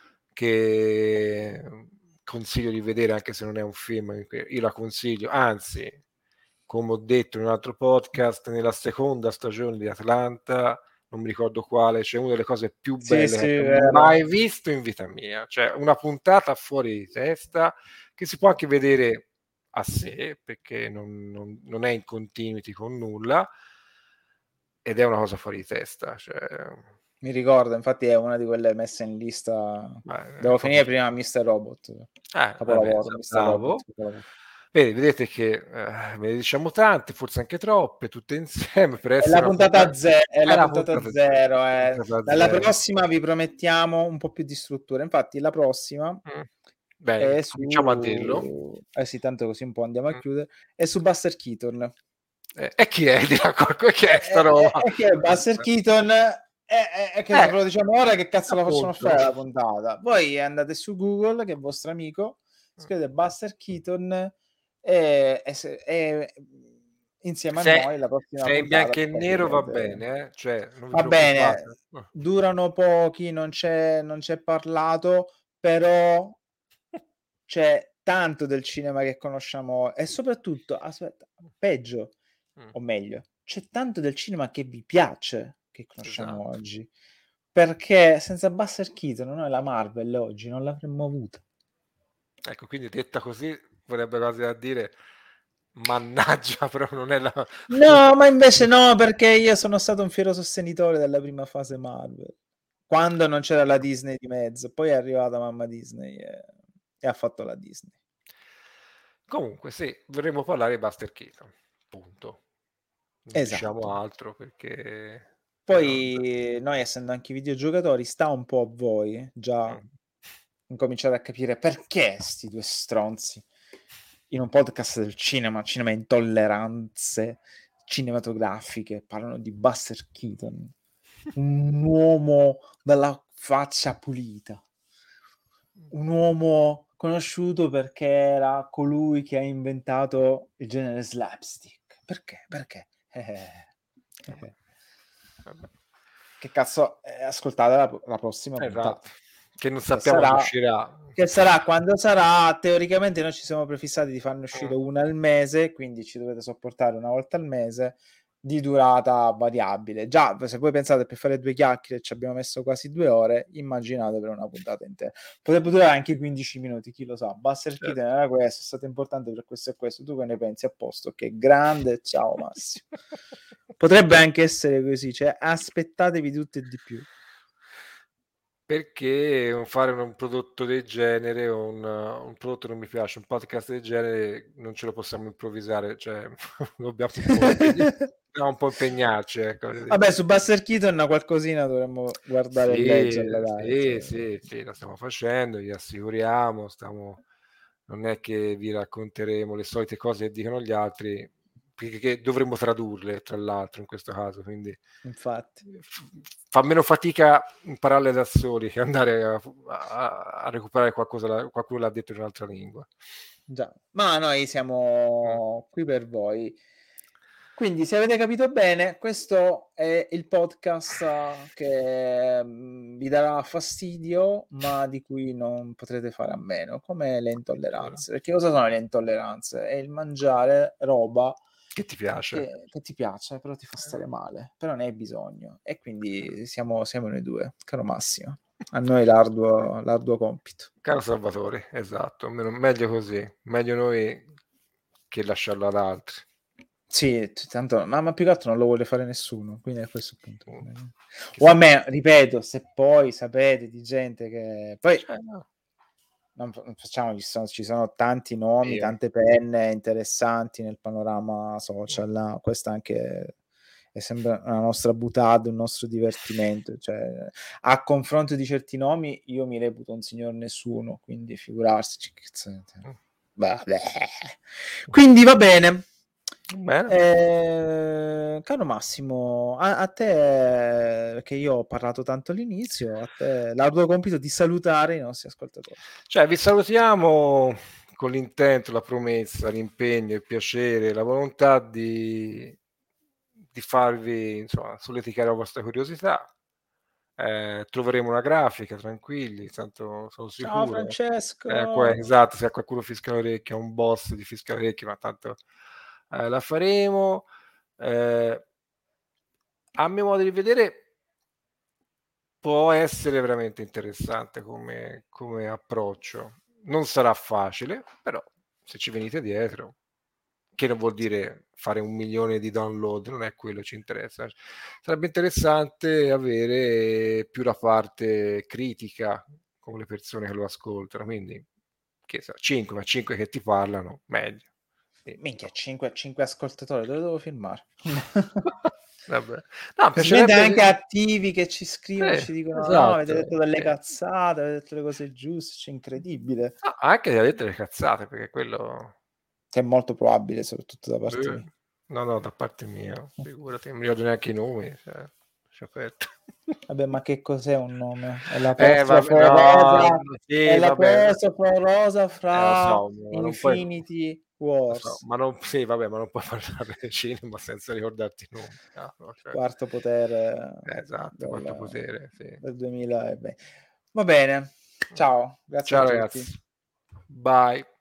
che consiglio di vedere anche se non è un film, io la consiglio, anzi, come ho detto in un altro podcast, nella seconda stagione di Atlanta, non mi ricordo quale, c'è una delle cose più belle sì, che ho mai visto in vita mia, cioè una puntata fuori di testa che si può anche vedere a sé perché non, non, non è in continuity con nulla ed è una cosa fuori di testa, cioè... mi ricordo, infatti è una di quelle messe in lista. Beh, devo finire proprio... prima mister Robot, eh, capolavoro, vabbè, mister Robot, capolavoro. Vedi, vedete che eh, ve ne diciamo tante, forse anche troppe, tutte insieme. Per essere è la puntata, puntata zero, è, è la puntata, puntata zero. È... Puntata dalla zero. Prossima vi promettiamo un po' più di struttura. Infatti, la prossima mm. Bene, è su... cominciamo a dirlo. Eh sì, tanto così un po' andiamo a chiudere. È su Buster Keaton. Eh, e chi è? Chi è sta roba? Eh, eh, Buster Keaton è, è che Eh, ve lo diciamo ora, che cazzo la facciamo appunto. fare la puntata? Voi andate su Google, che è vostro amico, scrivete Buster Keaton e, e, se- e insieme a Se, noi la prossima se è in puntata bianco e nero va capirete. bene, eh? Cioè, non vi Va bene, preoccupate. No. durano pochi, non c'è, non c'è parlato, però c'è tanto del cinema che conosciamo e soprattutto, aspetta, peggio Mm, o meglio, c'è tanto del cinema che vi piace che conosciamo esatto. oggi, perché senza Buster Keaton noi la Marvel oggi non l'avremmo avuta. Ecco, quindi detta così vorrebbe quasi a dire mannaggia, però non è la... No, ma invece no, perché io sono stato un fiero sostenitore della prima fase Marvel, quando non c'era la Disney di mezzo, poi è arrivata mamma Disney e, e ha fatto la Disney. Comunque, sì, vorremmo parlare di Buster Keaton, punto. Non diciamo Esatto. altro perché... però- Poi noi, essendo anche videogiocatori, sta un po' a voi già Mm. incominciare a capire perché sti due stronzi in un podcast del cinema, cinema intolleranze cinematografiche, parlano di Buster Keaton, un uomo dalla faccia pulita, un uomo conosciuto perché era colui che ha inventato il genere slapstick. Perché? Perché? Eh, eh. Vabbè. Che cazzo, eh, ascoltate la, la prossima Esatto, puntata, che non che sappiamo quando sarà, uscirà. che sarà quando sarà. Teoricamente noi ci siamo prefissati di farne Mm. uscire una al mese, quindi ci dovete sopportare una volta al mese, di durata variabile. Già, se voi pensate per fare due chiacchiere ci abbiamo messo quasi due ore, immaginate per una puntata intera. Potrebbe durare anche quindici minuti, chi lo sa. Buster Certo. Keaton era questo, è stato importante per questo e questo. Tu che ne pensi? A posto, che grande, ciao Massimo. Potrebbe anche essere così, cioè aspettatevi tutto e di più. Perché fare un prodotto del genere, un, un prodotto non mi piace, un podcast del genere, non ce lo possiamo improvvisare, cioè dobbiamo un po', impegn- dobbiamo un po' impegnarci. Ecco. Vabbè, su Buster Keaton qualcosina dovremmo guardare e Sì, leggerla, dai. sì, Cioè. sì, sì, lo stiamo facendo, vi assicuriamo, stiamo... non è che vi racconteremo le solite cose che dicono gli altri, perché che dovremmo tradurle, tra l'altro, in questo caso, quindi Infatti. f- fa meno fatica impararle da soli che andare a, a- a recuperare qualcosa, da- qualcuno l'ha detto in un'altra lingua. Già. Ma noi Mm. siamo qui per voi. Quindi, se avete capito bene, questo è il podcast che mh, vi darà fastidio, ma di cui non potrete fare a meno, come le intolleranze. Perché cosa sono le intolleranze? È il mangiare roba Che ti piace? che, che ti piace, però ti fa stare male, però ne hai bisogno. E quindi siamo, siamo noi due, caro Massimo. A noi l'arduo, l'arduo compito. Caro Salvatore, esatto, meno- meglio così, meglio noi che lasciarlo ad altri. Sì, t- tanto, ma, ma più che altro non lo vuole fare nessuno, quindi a questo punto. Appunto. Che O a se- me, ripeto, se poi sapete di gente che... Poi cioè, no. non, fa- non facciamo, ci sono, ci sono tanti nomi, Io. tante penne interessanti nel panorama social, no? Questa anche è sempre una nostra butade, un nostro divertimento. Cioè, a confronto di certi nomi, io mi reputo un signor nessuno, quindi figurarsi. Vabbè. Quindi va bene. Bene. Eh, caro Massimo, a, a te, che io ho parlato tanto all'inizio, a te l'arduo compito di salutare i nostri ascoltatori. Cioè, vi salutiamo con l'intento, la promessa, l'impegno, il piacere, la volontà di, di farvi, insomma, solleticare la vostra curiosità. Eh, troveremo una grafica, tranquilli, tanto sono Ciao sicuro. Eh, qua- Francesco. esatto, se a qualcuno fisca le orecchie, a un boss di fisca le orecchie, ma tanto eh, la faremo. Eh, a mio modo di vedere, può essere veramente interessante come, come approccio. Non sarà facile, però se ci venite dietro, che non vuol dire fare un milione di download, non è quello che ci interessa. Sarebbe interessante avere più la parte critica con le persone che lo ascoltano, quindi che sa, cinque, ma cinque che ti parlano, meglio. Sì, Minchia, no. cinque ascoltatori, dove devo filmare? Vabbè. No, Specialmente anche piacerebbe... attivi che ci scrivono e Eh, ci dicono: no, avete esatto. detto delle Eh. cazzate, avete detto le cose giuste, c'è incredibile. No, anche se avete le cazzate, perché quello... Che è molto probabile, soprattutto da parte Eh, mia. no, no, da parte mia, figurati, non mi ricordo neanche i nomi, cioè, lascia aperto. Vabbè, ma che cos'è un nome? È la Eh, l'apostrofo vabbè, rosa, no, sì, è vabbè, l'apostrofo rosa eh, lo fra so, ma non puoi, Infinity lo so, Wars, ma non, sì, vabbè, ma non puoi parlare del cinema senza ricordarti i nomi. Ah, no, cioè, quarto potere eh, esatto, quanto del, potere, sì. del duemilaventi. Va bene, ciao, grazie a Ciao tutti. ragazzi, bye.